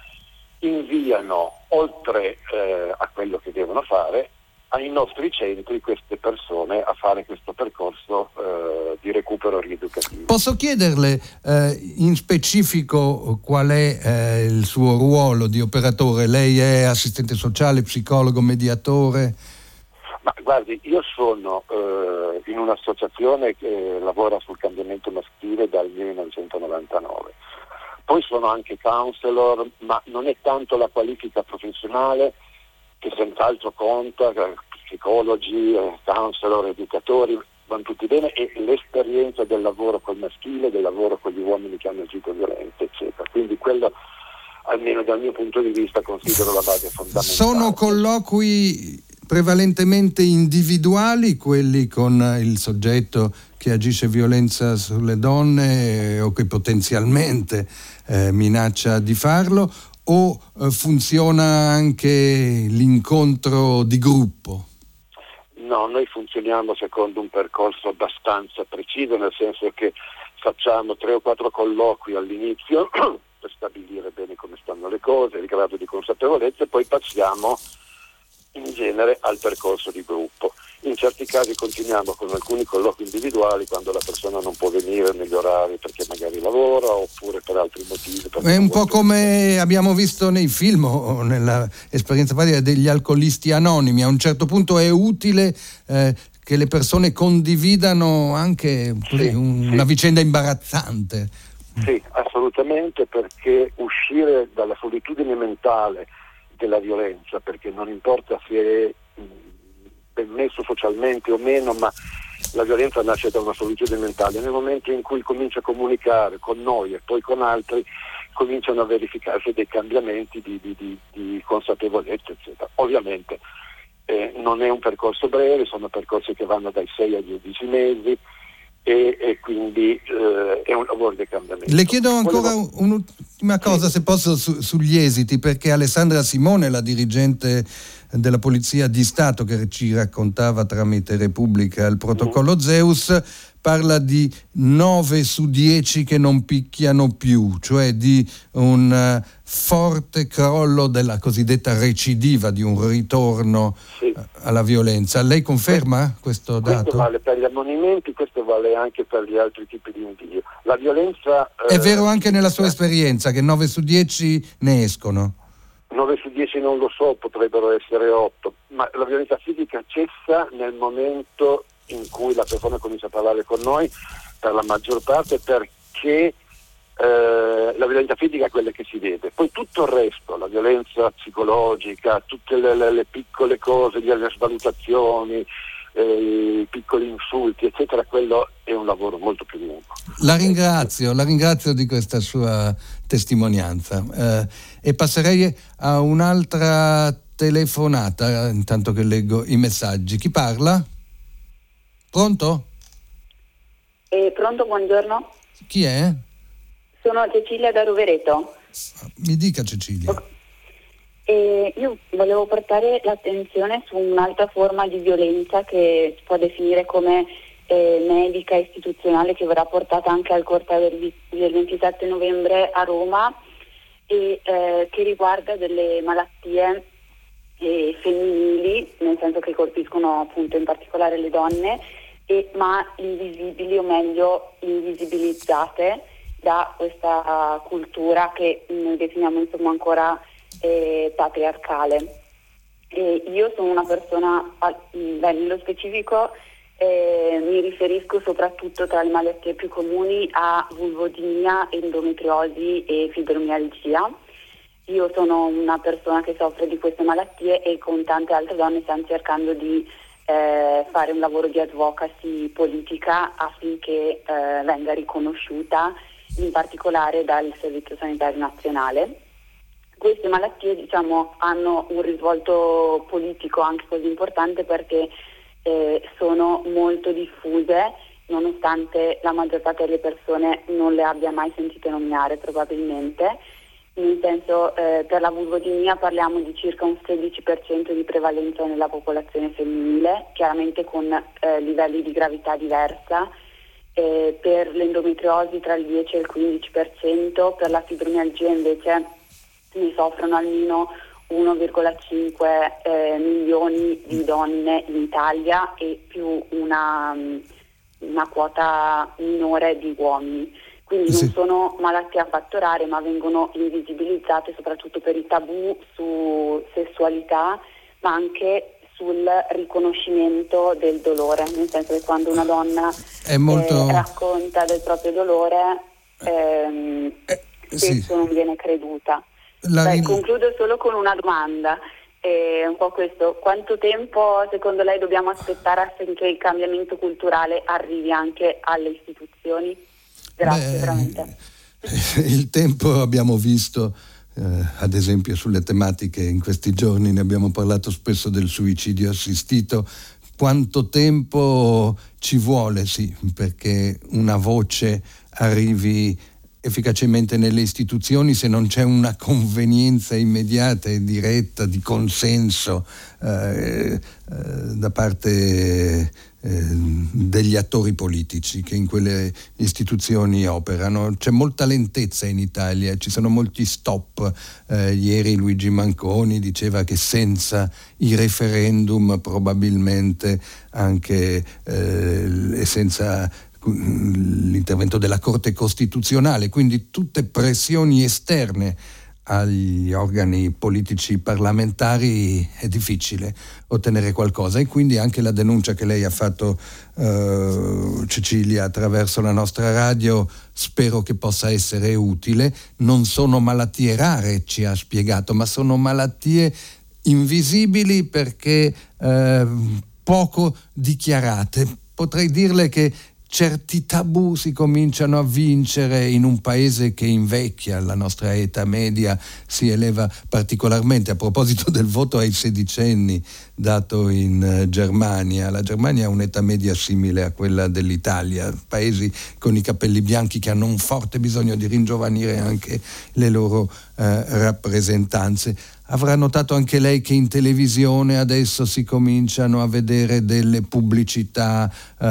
inviano oltre eh, a quello che devono fare ai nostri centri queste persone a fare questo percorso eh, di recupero rieducativo. Posso chiederle eh, in specifico qual è eh, il suo ruolo di operatore? Lei è assistente sociale, psicologo, mediatore? Ma guardi, io sono eh, in un'associazione che lavora sul cambiamento maschile dal millenovecentonovantanove. Poi sono anche counselor, ma non è tanto la qualifica professionale, che senz'altro conta, psicologi, counselor, educatori, vanno tutti bene, e l'esperienza del lavoro col maschile, del lavoro con gli uomini che hanno agito violente, eccetera. Quindi quello, almeno dal mio punto di vista, considero la base fondamentale. Sono colloqui prevalentemente individuali, quelli con il soggetto che agisce violenza sulle donne o che potenzialmente eh, minaccia di farlo, o eh, funziona anche l'incontro di gruppo? No, noi funzioniamo secondo un percorso abbastanza preciso, nel senso che facciamo tre o quattro colloqui all'inizio per stabilire bene come stanno le cose, il grado di consapevolezza, e poi passiamo in genere al percorso di gruppo. In certi casi continuiamo con alcuni colloqui individuali quando la persona non può venire negli orari perché magari lavora oppure per altri motivi. È un po' come abbiamo visto nei film o nella esperienza pratica degli alcolisti anonimi. A un certo punto è utile eh, che le persone condividano anche così, sì, un, sì. una vicenda imbarazzante. Sì, assolutamente, perché uscire dalla solitudine mentale della violenza, perché non importa se è ben messo socialmente o meno, ma la violenza nasce da una solitudine mentale. Nel momento in cui comincia a comunicare con noi e poi con altri, cominciano a verificarsi dei cambiamenti di, di, di, di consapevolezza, eccetera. Ovviamente eh, non è un percorso breve, sono percorsi che vanno dai sei ai dodici mesi, e, e quindi eh, è un lavoro di cambiamento. Le chiedo ancora Volevo... un'ultima cosa, sì, se posso, su, sugli esiti, perché Alessandra Simone, la dirigente della Polizia di Stato, che ci raccontava tramite Repubblica il protocollo mm. Zeus, parla di nove su dieci che non picchiano più, cioè di un uh, forte crollo della cosiddetta recidiva, di un ritorno sì. alla violenza. Lei conferma questo dato? Questo vale per gli ammonimenti, questo vale anche per gli altri tipi di invio. La violenza... È eh, vero anche nella sua esperienza che nove su dieci ne escono? nove su dieci non lo so, potrebbero essere otto, ma la violenza fisica cessa nel momento in cui la persona comincia a parlare con noi, per la maggior parte perché eh, la violenza fisica è quella che si vede. Poi tutto il resto, la violenza psicologica, tutte le, le, le piccole cose, le svalutazioni, eh, i piccoli insulti, eccetera, quello è un lavoro molto più lungo. La ringrazio, la ringrazio di questa sua testimonianza eh, e passerei a un'altra telefonata intanto che leggo i messaggi. Chi parla? Pronto? Eh, pronto, buongiorno. Chi è? Sono Cecilia da Rovereto. Mi dica, Cecilia. Eh, io volevo portare l'attenzione su un'altra forma di violenza che si può definire come eh, medica istituzionale, che verrà portata anche al corteo del, del ventisette novembre a Roma e eh, che riguarda delle malattie eh, femminili, nel senso che colpiscono appunto in particolare le donne, e, ma invisibili, o meglio invisibilizzate da questa cultura che noi definiamo insomma ancora eh, patriarcale. E io sono una persona, beh, nello specifico eh, mi riferisco soprattutto tra le malattie più comuni a vulvodynia, endometriosi e fibromialgia. Io sono una persona che soffre di queste malattie e con tante altre donne stiamo cercando di eh, fare un lavoro di advocacy politica affinché eh, venga riconosciuta in particolare dal Servizio Sanitario Nazionale. Queste malattie, diciamo, hanno un risvolto politico anche così importante perché eh, sono molto diffuse, nonostante la maggior parte delle persone non le abbia mai sentite nominare probabilmente. Nel senso, eh, per la vulvodynia parliamo di circa un sedici per cento di prevalenza nella popolazione femminile, chiaramente con eh, livelli di gravità diversa. Eh, per l'endometriosi tra il dieci e il quindici per cento, per la fibromialgia invece ne soffrono almeno uno virgola cinque eh, milioni di donne in Italia e più una, una quota minore di uomini. Quindi sì. Non sono malattie affatto rare, ma vengono invisibilizzate soprattutto per i tabù su sessualità, ma anche sul riconoscimento del dolore, nel senso che quando una donna è molto... eh, racconta del proprio dolore ehm, eh, spesso sì. non viene creduta. La... Beh, concludo solo con una domanda, eh, un po' questo: quanto tempo secondo lei dobbiamo aspettare affinché il cambiamento culturale arrivi anche alle istituzioni? Grazie. Beh, veramente. Il tempo abbiamo visto. Uh, ad esempio sulle tematiche in questi giorni ne abbiamo parlato spesso del suicidio assistito. Quanto tempo ci vuole, sì, perché una voce arrivi efficacemente nelle istituzioni se non c'è una convenienza immediata e diretta di consenso eh, eh, da parte eh, degli attori politici che in quelle istituzioni operano. C'è molta lentezza in Italia, ci sono molti stop. Eh, ieri Luigi Manconi diceva che senza i referendum probabilmente anche eh, e senza l'intervento della Corte Costituzionale, quindi tutte pressioni esterne agli organi politici parlamentari, è difficile ottenere qualcosa, e quindi anche la denuncia che lei ha fatto, eh, Cecilia, attraverso la nostra radio, spero che possa essere utile. Non sono malattie rare, ci ha spiegato, ma sono malattie invisibili perché eh, poco dichiarate. Potrei dirle che certi tabù si cominciano a vincere in un paese che invecchia, la nostra età media si eleva particolarmente. A proposito del voto ai sedicenni dato in Germania, la Germania ha un'età media simile a quella dell'Italia, paesi con i capelli bianchi che hanno un forte bisogno di ringiovanire anche le loro eh, rappresentanze. avrà notato anche lei che in televisione adesso si cominciano a vedere delle pubblicità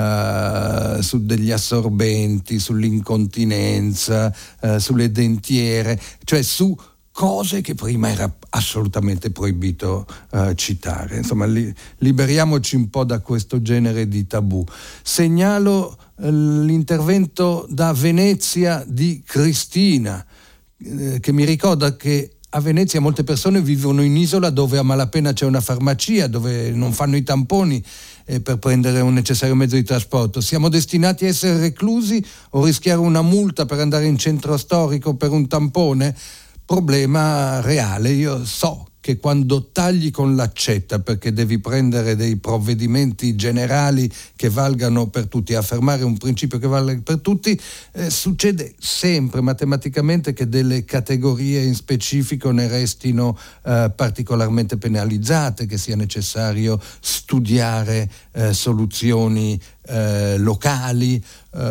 uh, su degli assorbenti, sull'incontinenza, uh, sulle dentiere, cioè su cose che prima era assolutamente proibito uh, citare. Insomma, li, liberiamoci un po' da questo genere di tabù. Segnalo uh, l'intervento da Venezia di Cristina, eh, che mi ricorda che a Venezia molte persone vivono in isola dove a malapena c'è una farmacia, dove non fanno i tamponi eh, per prendere un necessario mezzo di trasporto. Siamo destinati a essere reclusi o rischiare una multa per andare in centro storico per un tampone? Problema reale. Io so che quando tagli con l'accetta perché devi prendere dei provvedimenti generali che valgano per tutti, affermare un principio che vale per tutti, eh, succede sempre matematicamente che delle categorie in specifico ne restino eh, particolarmente penalizzate, che sia necessario studiare eh, soluzioni eh, locali,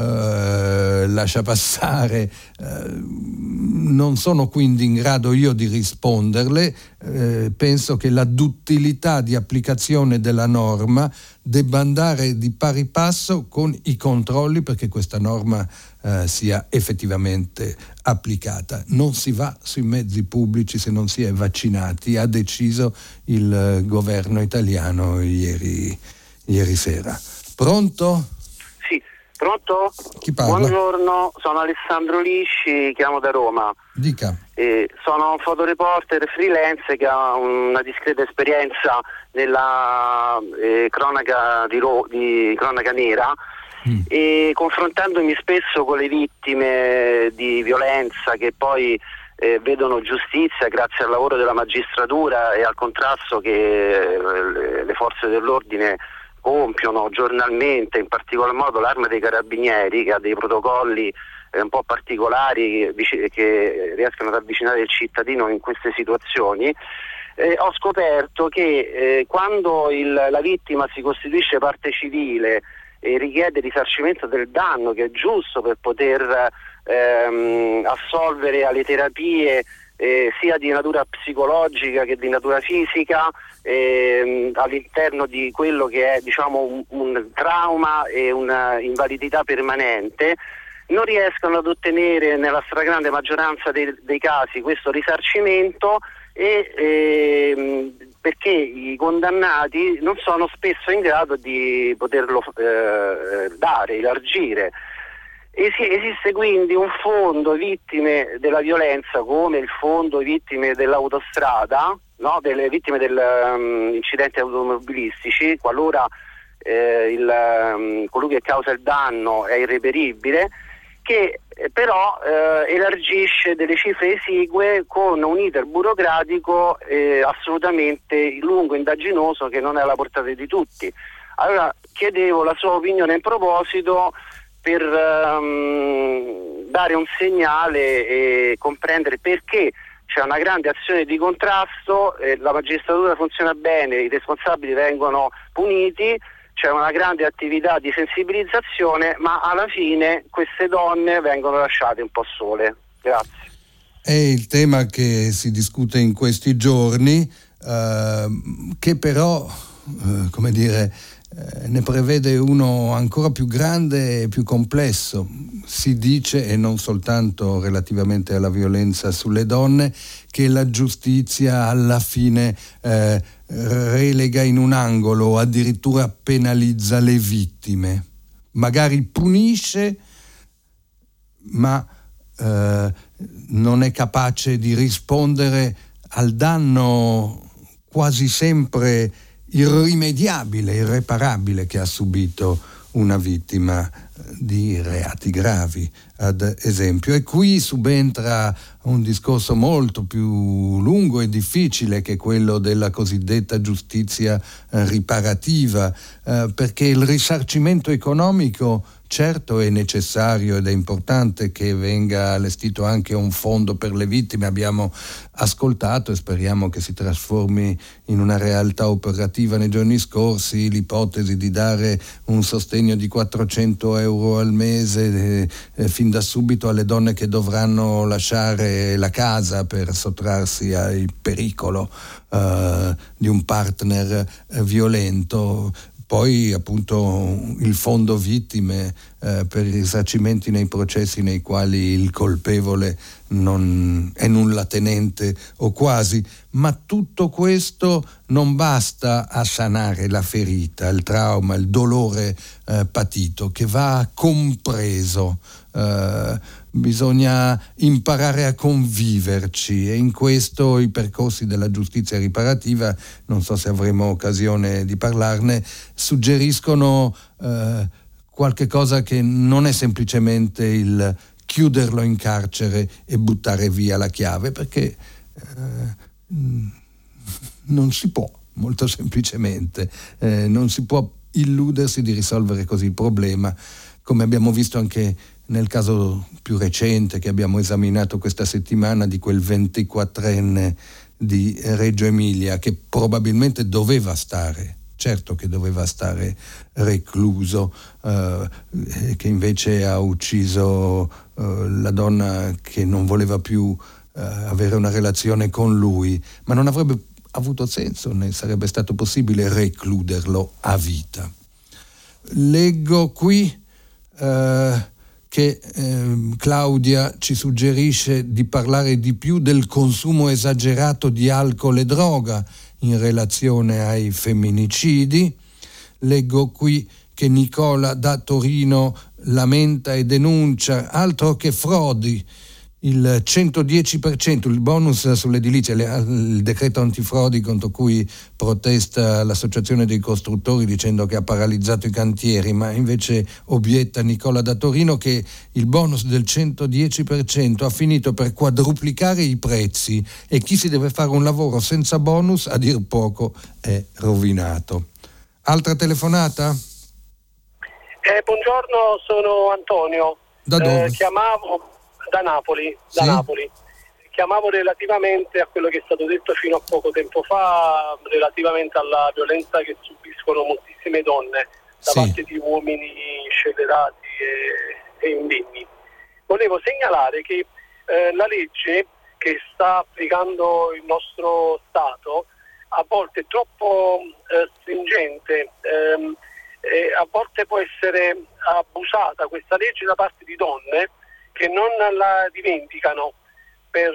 eh, lascia passare, eh, non sono quindi in grado io di risponderle. Eh, penso che la duttilità di applicazione della norma debba andare di pari passo con i controlli perché questa norma eh, sia effettivamente applicata. Non si va sui mezzi pubblici se non si è vaccinati, ha deciso il eh, governo italiano ieri, ieri sera. Pronto? Sì, pronto? Chi parla? Buongiorno, sono Alessandro Lisci, chiamo da Roma. Dica. Eh, sono un fotoreporter freelance che ha una discreta esperienza nella eh, cronaca, di, Ro- di cronaca nera mm. e confrontandomi spesso con le vittime di violenza che poi eh, vedono giustizia grazie al lavoro della magistratura e al contrasto che eh, le forze dell'ordine compiono giornalmente, in particolar modo l'Arma dei Carabinieri, che ha dei protocolli eh, un po' particolari che, che riescono ad avvicinare il cittadino in queste situazioni. Eh, ho scoperto che eh, quando il, la vittima si costituisce parte civile e richiede risarcimento del danno, che è giusto per poter ehm, assolvere alle terapie Eh, sia di natura psicologica che di natura fisica, ehm, all'interno di quello che è, diciamo, un, un trauma e una invalidità permanente, non riescono ad ottenere nella stragrande maggioranza dei, dei casi questo risarcimento e ehm, perché i condannati non sono spesso in grado di poterlo eh, dare, elargire. Esiste quindi un fondo vittime della violenza come il fondo vittime dell'autostrada, no? Delle vittime degli um, incidenti automobilistici, qualora eh, il, um, colui che causa il danno è irreperibile, che eh, però eh, elargisce delle cifre esigue con un iter burocratico eh, assolutamente lungo, indaginoso, che non è alla portata di tutti. Allora chiedevo la sua opinione in proposito per um, dare un segnale e comprendere perché c'è una grande azione di contrasto, eh, la magistratura funziona bene, i responsabili vengono puniti, c'è una grande attività di sensibilizzazione, ma alla fine queste donne vengono lasciate un po' sole. Grazie. È il tema che si discute in questi giorni, eh, che però, eh, come dire, Eh, ne prevede uno ancora più grande e più complesso. Si dice, e non soltanto relativamente alla violenza sulle donne, che la giustizia alla fine eh, relega in un angolo o addirittura penalizza le vittime. Magari punisce, ma eh, non è capace di rispondere al danno quasi sempre irrimediabile, irreparabile che ha subito una vittima di reati gravi, ad esempio. E qui subentra un discorso molto più lungo e difficile, che è quello della cosiddetta giustizia eh, riparativa, eh, perché il risarcimento economico certo è necessario ed è importante che venga allestito anche un fondo per le vittime. Abbiamo ascoltato, e speriamo che si trasformi in una realtà operativa nei giorni scorsi, l'ipotesi di dare un sostegno di quattrocento euro al mese eh, eh, fin da subito alle donne che dovranno lasciare lasciare la casa per sottrarsi al pericolo eh, di un partner eh, violento. Poi appunto il fondo vittime eh, per i risarcimenti nei processi nei quali il colpevole non è nullatenente o quasi, ma tutto questo non basta a sanare la ferita, il trauma, il dolore eh, patito, che va compreso. Eh, bisogna imparare a conviverci, e in questo i percorsi della giustizia riparativa, non so se avremo occasione di parlarne, suggeriscono eh, qualche cosa che non è semplicemente il chiuderlo in carcere e buttare via la chiave, perché eh, non si può, molto semplicemente, eh, non si può illudersi di risolvere così il problema, come abbiamo visto anche nel caso più recente che abbiamo esaminato questa settimana di quel ventiquattrenne di Reggio Emilia, che probabilmente doveva stare, certo che doveva stare recluso, eh, che invece ha ucciso eh, la donna che non voleva più eh, avere una relazione con lui, ma non avrebbe avuto senso, né sarebbe stato possibile recluderlo a vita. Leggo qui eh, che eh, Claudia ci suggerisce di parlare di più del consumo esagerato di alcol e droga in relazione ai femminicidi. Leggo qui che Nicola da Torino lamenta e denuncia, altro che frodi, il centodieci per cento, il bonus sull'edilizia, il decreto antifrodi contro cui protesta l'associazione dei costruttori dicendo che ha paralizzato i cantieri, ma invece obietta Nicola da Torino che il bonus del centodieci per cento ha finito per quadruplicare i prezzi e chi si deve fare un lavoro senza bonus, a dir poco, è rovinato. Altra telefonata? Eh, buongiorno, sono Antonio. Da dove? Eh, chiamavo da Napoli, da sì? Napoli. Chiamavo relativamente a quello che è stato detto fino a poco tempo fa, relativamente alla violenza che subiscono moltissime donne da sì. parte di uomini scellerati e, e indegni. Volevo segnalare che eh, la legge che sta applicando il nostro Stato a volte è troppo eh, stringente, ehm, e a volte può essere abusata questa legge da parte di donne che non la dimenticano per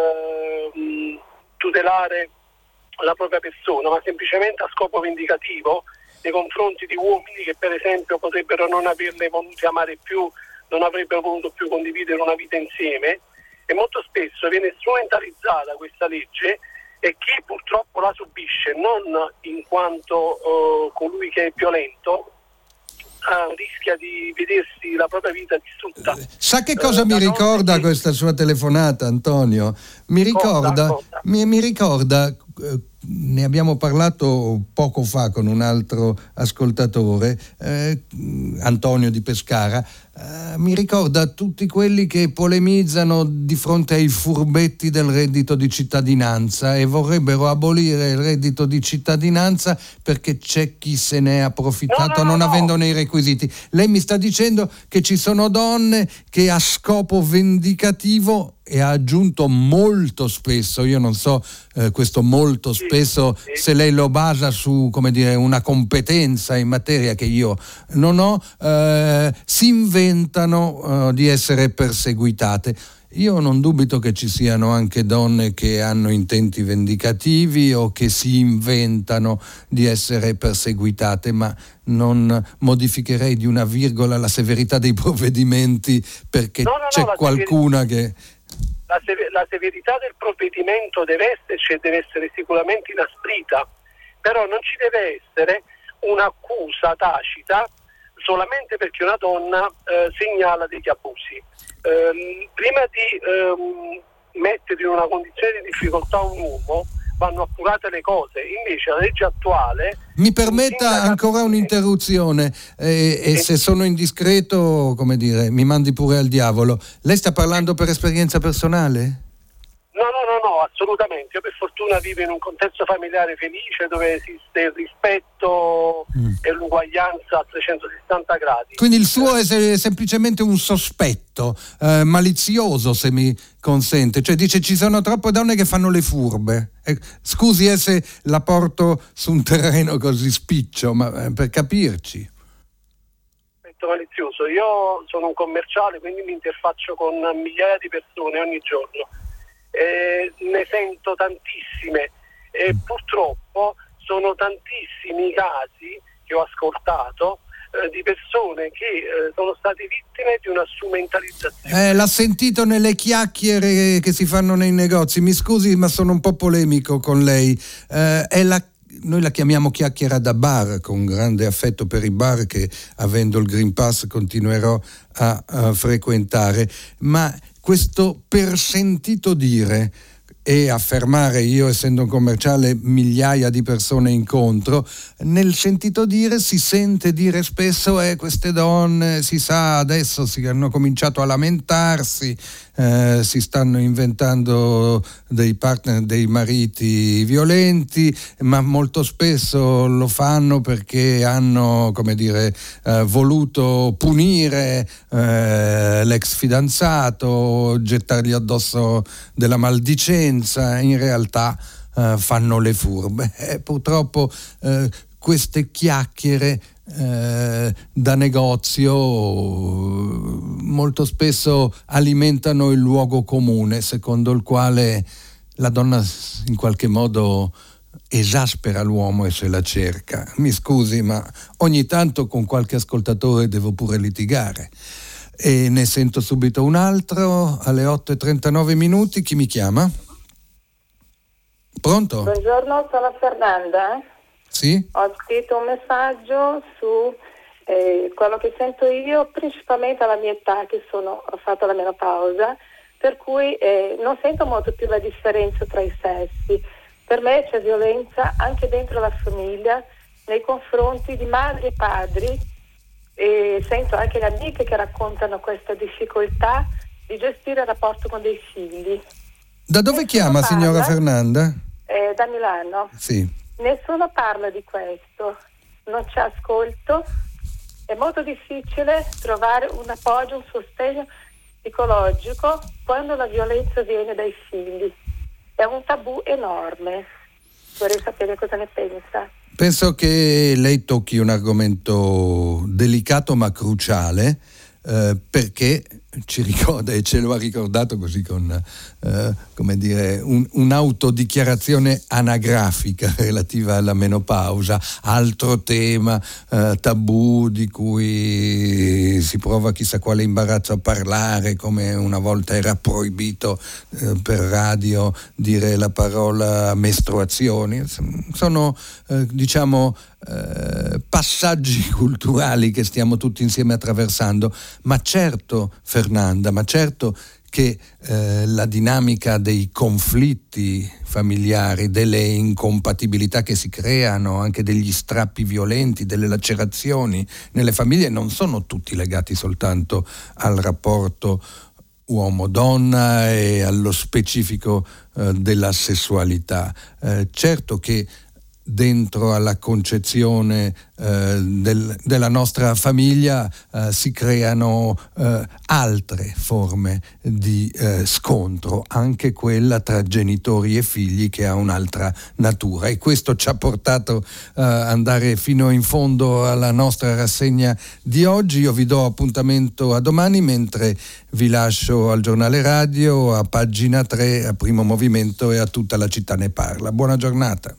eh, tutelare la propria persona, ma semplicemente a scopo vendicativo nei confronti di uomini che per esempio potrebbero non averle volute amare più, non avrebbero voluto più condividere una vita insieme, e molto spesso viene strumentalizzata questa legge e chi purtroppo la subisce, non in quanto eh, colui che è violento, Uh, rischia di vedersi la propria vita distrutta. Sa che cosa uh, mi ricorda che... questa sua telefonata, Antonio? Mi ricorda, cosa, cosa? Mi, mi ricorda eh, ne abbiamo parlato poco fa con un altro ascoltatore, eh, Antonio di Pescara, eh, mi ricorda tutti quelli che polemizzano di fronte ai furbetti del reddito di cittadinanza e vorrebbero abolire il reddito di cittadinanza perché c'è chi se ne è approfittato no, no, non no, avendone no. i requisiti. Lei mi sta dicendo che ci sono donne che a scopo vendicativo, e ha aggiunto molto spesso, io non so eh, questo molto spesso sì, sì. se lei lo basa su, come dire, una competenza in materia che io non ho, eh, si inventano eh, di essere perseguitate. Io non dubito che ci siano anche donne che hanno intenti vendicativi o che si inventano di essere perseguitate, ma non modificherei di una virgola la severità dei provvedimenti perché no, no, c'è no, qualcuna sever- che... La, sever- la severità del provvedimento deve esserci e deve essere sicuramente inasprita, però non ci deve essere un'accusa tacita solamente perché una donna eh, segnala degli abusi. Eh, prima di ehm, mettere in una condizione di difficoltà un uomo vanno appurate le cose, invece la legge attuale... Mi permetta ancora un'interruzione e, e se sono indiscreto, come dire, mi mandi pure al diavolo. Lei sta parlando per esperienza personale? No, no, no, no, assolutamente. Io per fortuna vivo in un contesto familiare felice dove esiste il rispetto mm. e l'uguaglianza a trecentosessanta gradi. Quindi il suo è se- semplicemente un sospetto eh, malizioso, se mi consente, cioè dice ci sono troppe donne che fanno le furbe. Eh, scusi eh, se la porto su un terreno così spiccio, ma eh, per capirci. Malizioso. Io sono un commerciale, quindi mi interfaccio con migliaia di persone ogni giorno. Eh, ne sento tantissime e purtroppo sono tantissimi i casi che ho ascoltato eh, di persone che eh, sono state vittime di una strumentalizzazione. Eh, l'ha sentito nelle chiacchiere che si fanno nei negozi. Mi scusi, ma sono un po' polemico con lei. Eh, è la Noi la chiamiamo chiacchiera da bar, con grande affetto per i bar che, avendo il Green Pass, continuerò a, a frequentare, ma questo per sentito dire e affermare, io essendo un commerciale migliaia di persone incontro, nel sentito dire si sente dire spesso eh, queste donne, si sa, adesso si hanno cominciato a lamentarsi, eh, si stanno inventando dei partner, dei mariti violenti, ma molto spesso lo fanno perché hanno, come dire, eh, voluto punire eh, l'ex fidanzato, gettargli addosso della maldicenza. In realtà eh, fanno le furbe. Eh, purtroppo eh, queste chiacchiere eh, da negozio molto spesso alimentano il luogo comune, secondo il quale la donna in qualche modo esaspera l'uomo e se la cerca. Mi scusi, ma ogni tanto con qualche ascoltatore devo pure litigare. E ne sento subito un altro alle otto e trentanove minuti. Chi mi chiama? Pronto? Buongiorno, sono Fernanda. Sì? Ho scritto un messaggio su eh, quello che sento io, principalmente alla mia età, che sono, ho fatto la menopausa, per cui eh, non sento molto più la differenza tra i sessi. Per me c'è violenza anche dentro la famiglia nei confronti di madri e padri, e sento anche le amiche che raccontano questa difficoltà di gestire il rapporto con dei figli. Da dove Nessuno chiama, parla, signora Fernanda? Eh, da Milano. Sì. Nessuno parla di questo, non c'è ascolto, è molto difficile trovare un appoggio, un sostegno psicologico quando la violenza viene dai figli. È un tabù enorme. Vorrei sapere cosa ne pensa. Penso che lei tocchi un argomento delicato ma cruciale, eh, perché ci ricorda e ce lo ha ricordato così con eh, come dire un, un'autodichiarazione anagrafica relativa alla menopausa, altro tema eh, tabù di cui si prova chissà quale imbarazzo a parlare, come una volta era proibito eh, per radio dire la parola mestruazioni. Sono eh, diciamo eh, passaggi culturali che stiamo tutti insieme attraversando, ma certo Fernanda, ma certo che eh, la dinamica dei conflitti familiari, delle incompatibilità che si creano, anche degli strappi violenti, delle lacerazioni nelle famiglie non sono tutti legati soltanto al rapporto uomo-donna e allo specifico eh, della sessualità. Eh, certo che dentro alla concezione eh, del, della nostra famiglia eh, si creano eh, altre forme di eh, scontro, anche quella tra genitori e figli che ha un'altra natura, e questo ci ha portato ad eh, andare fino in fondo alla nostra rassegna di oggi. Io vi do appuntamento a domani, mentre vi lascio al giornale radio, a pagina tre, a Primo Movimento e a Tutta la città ne parla. Buona giornata.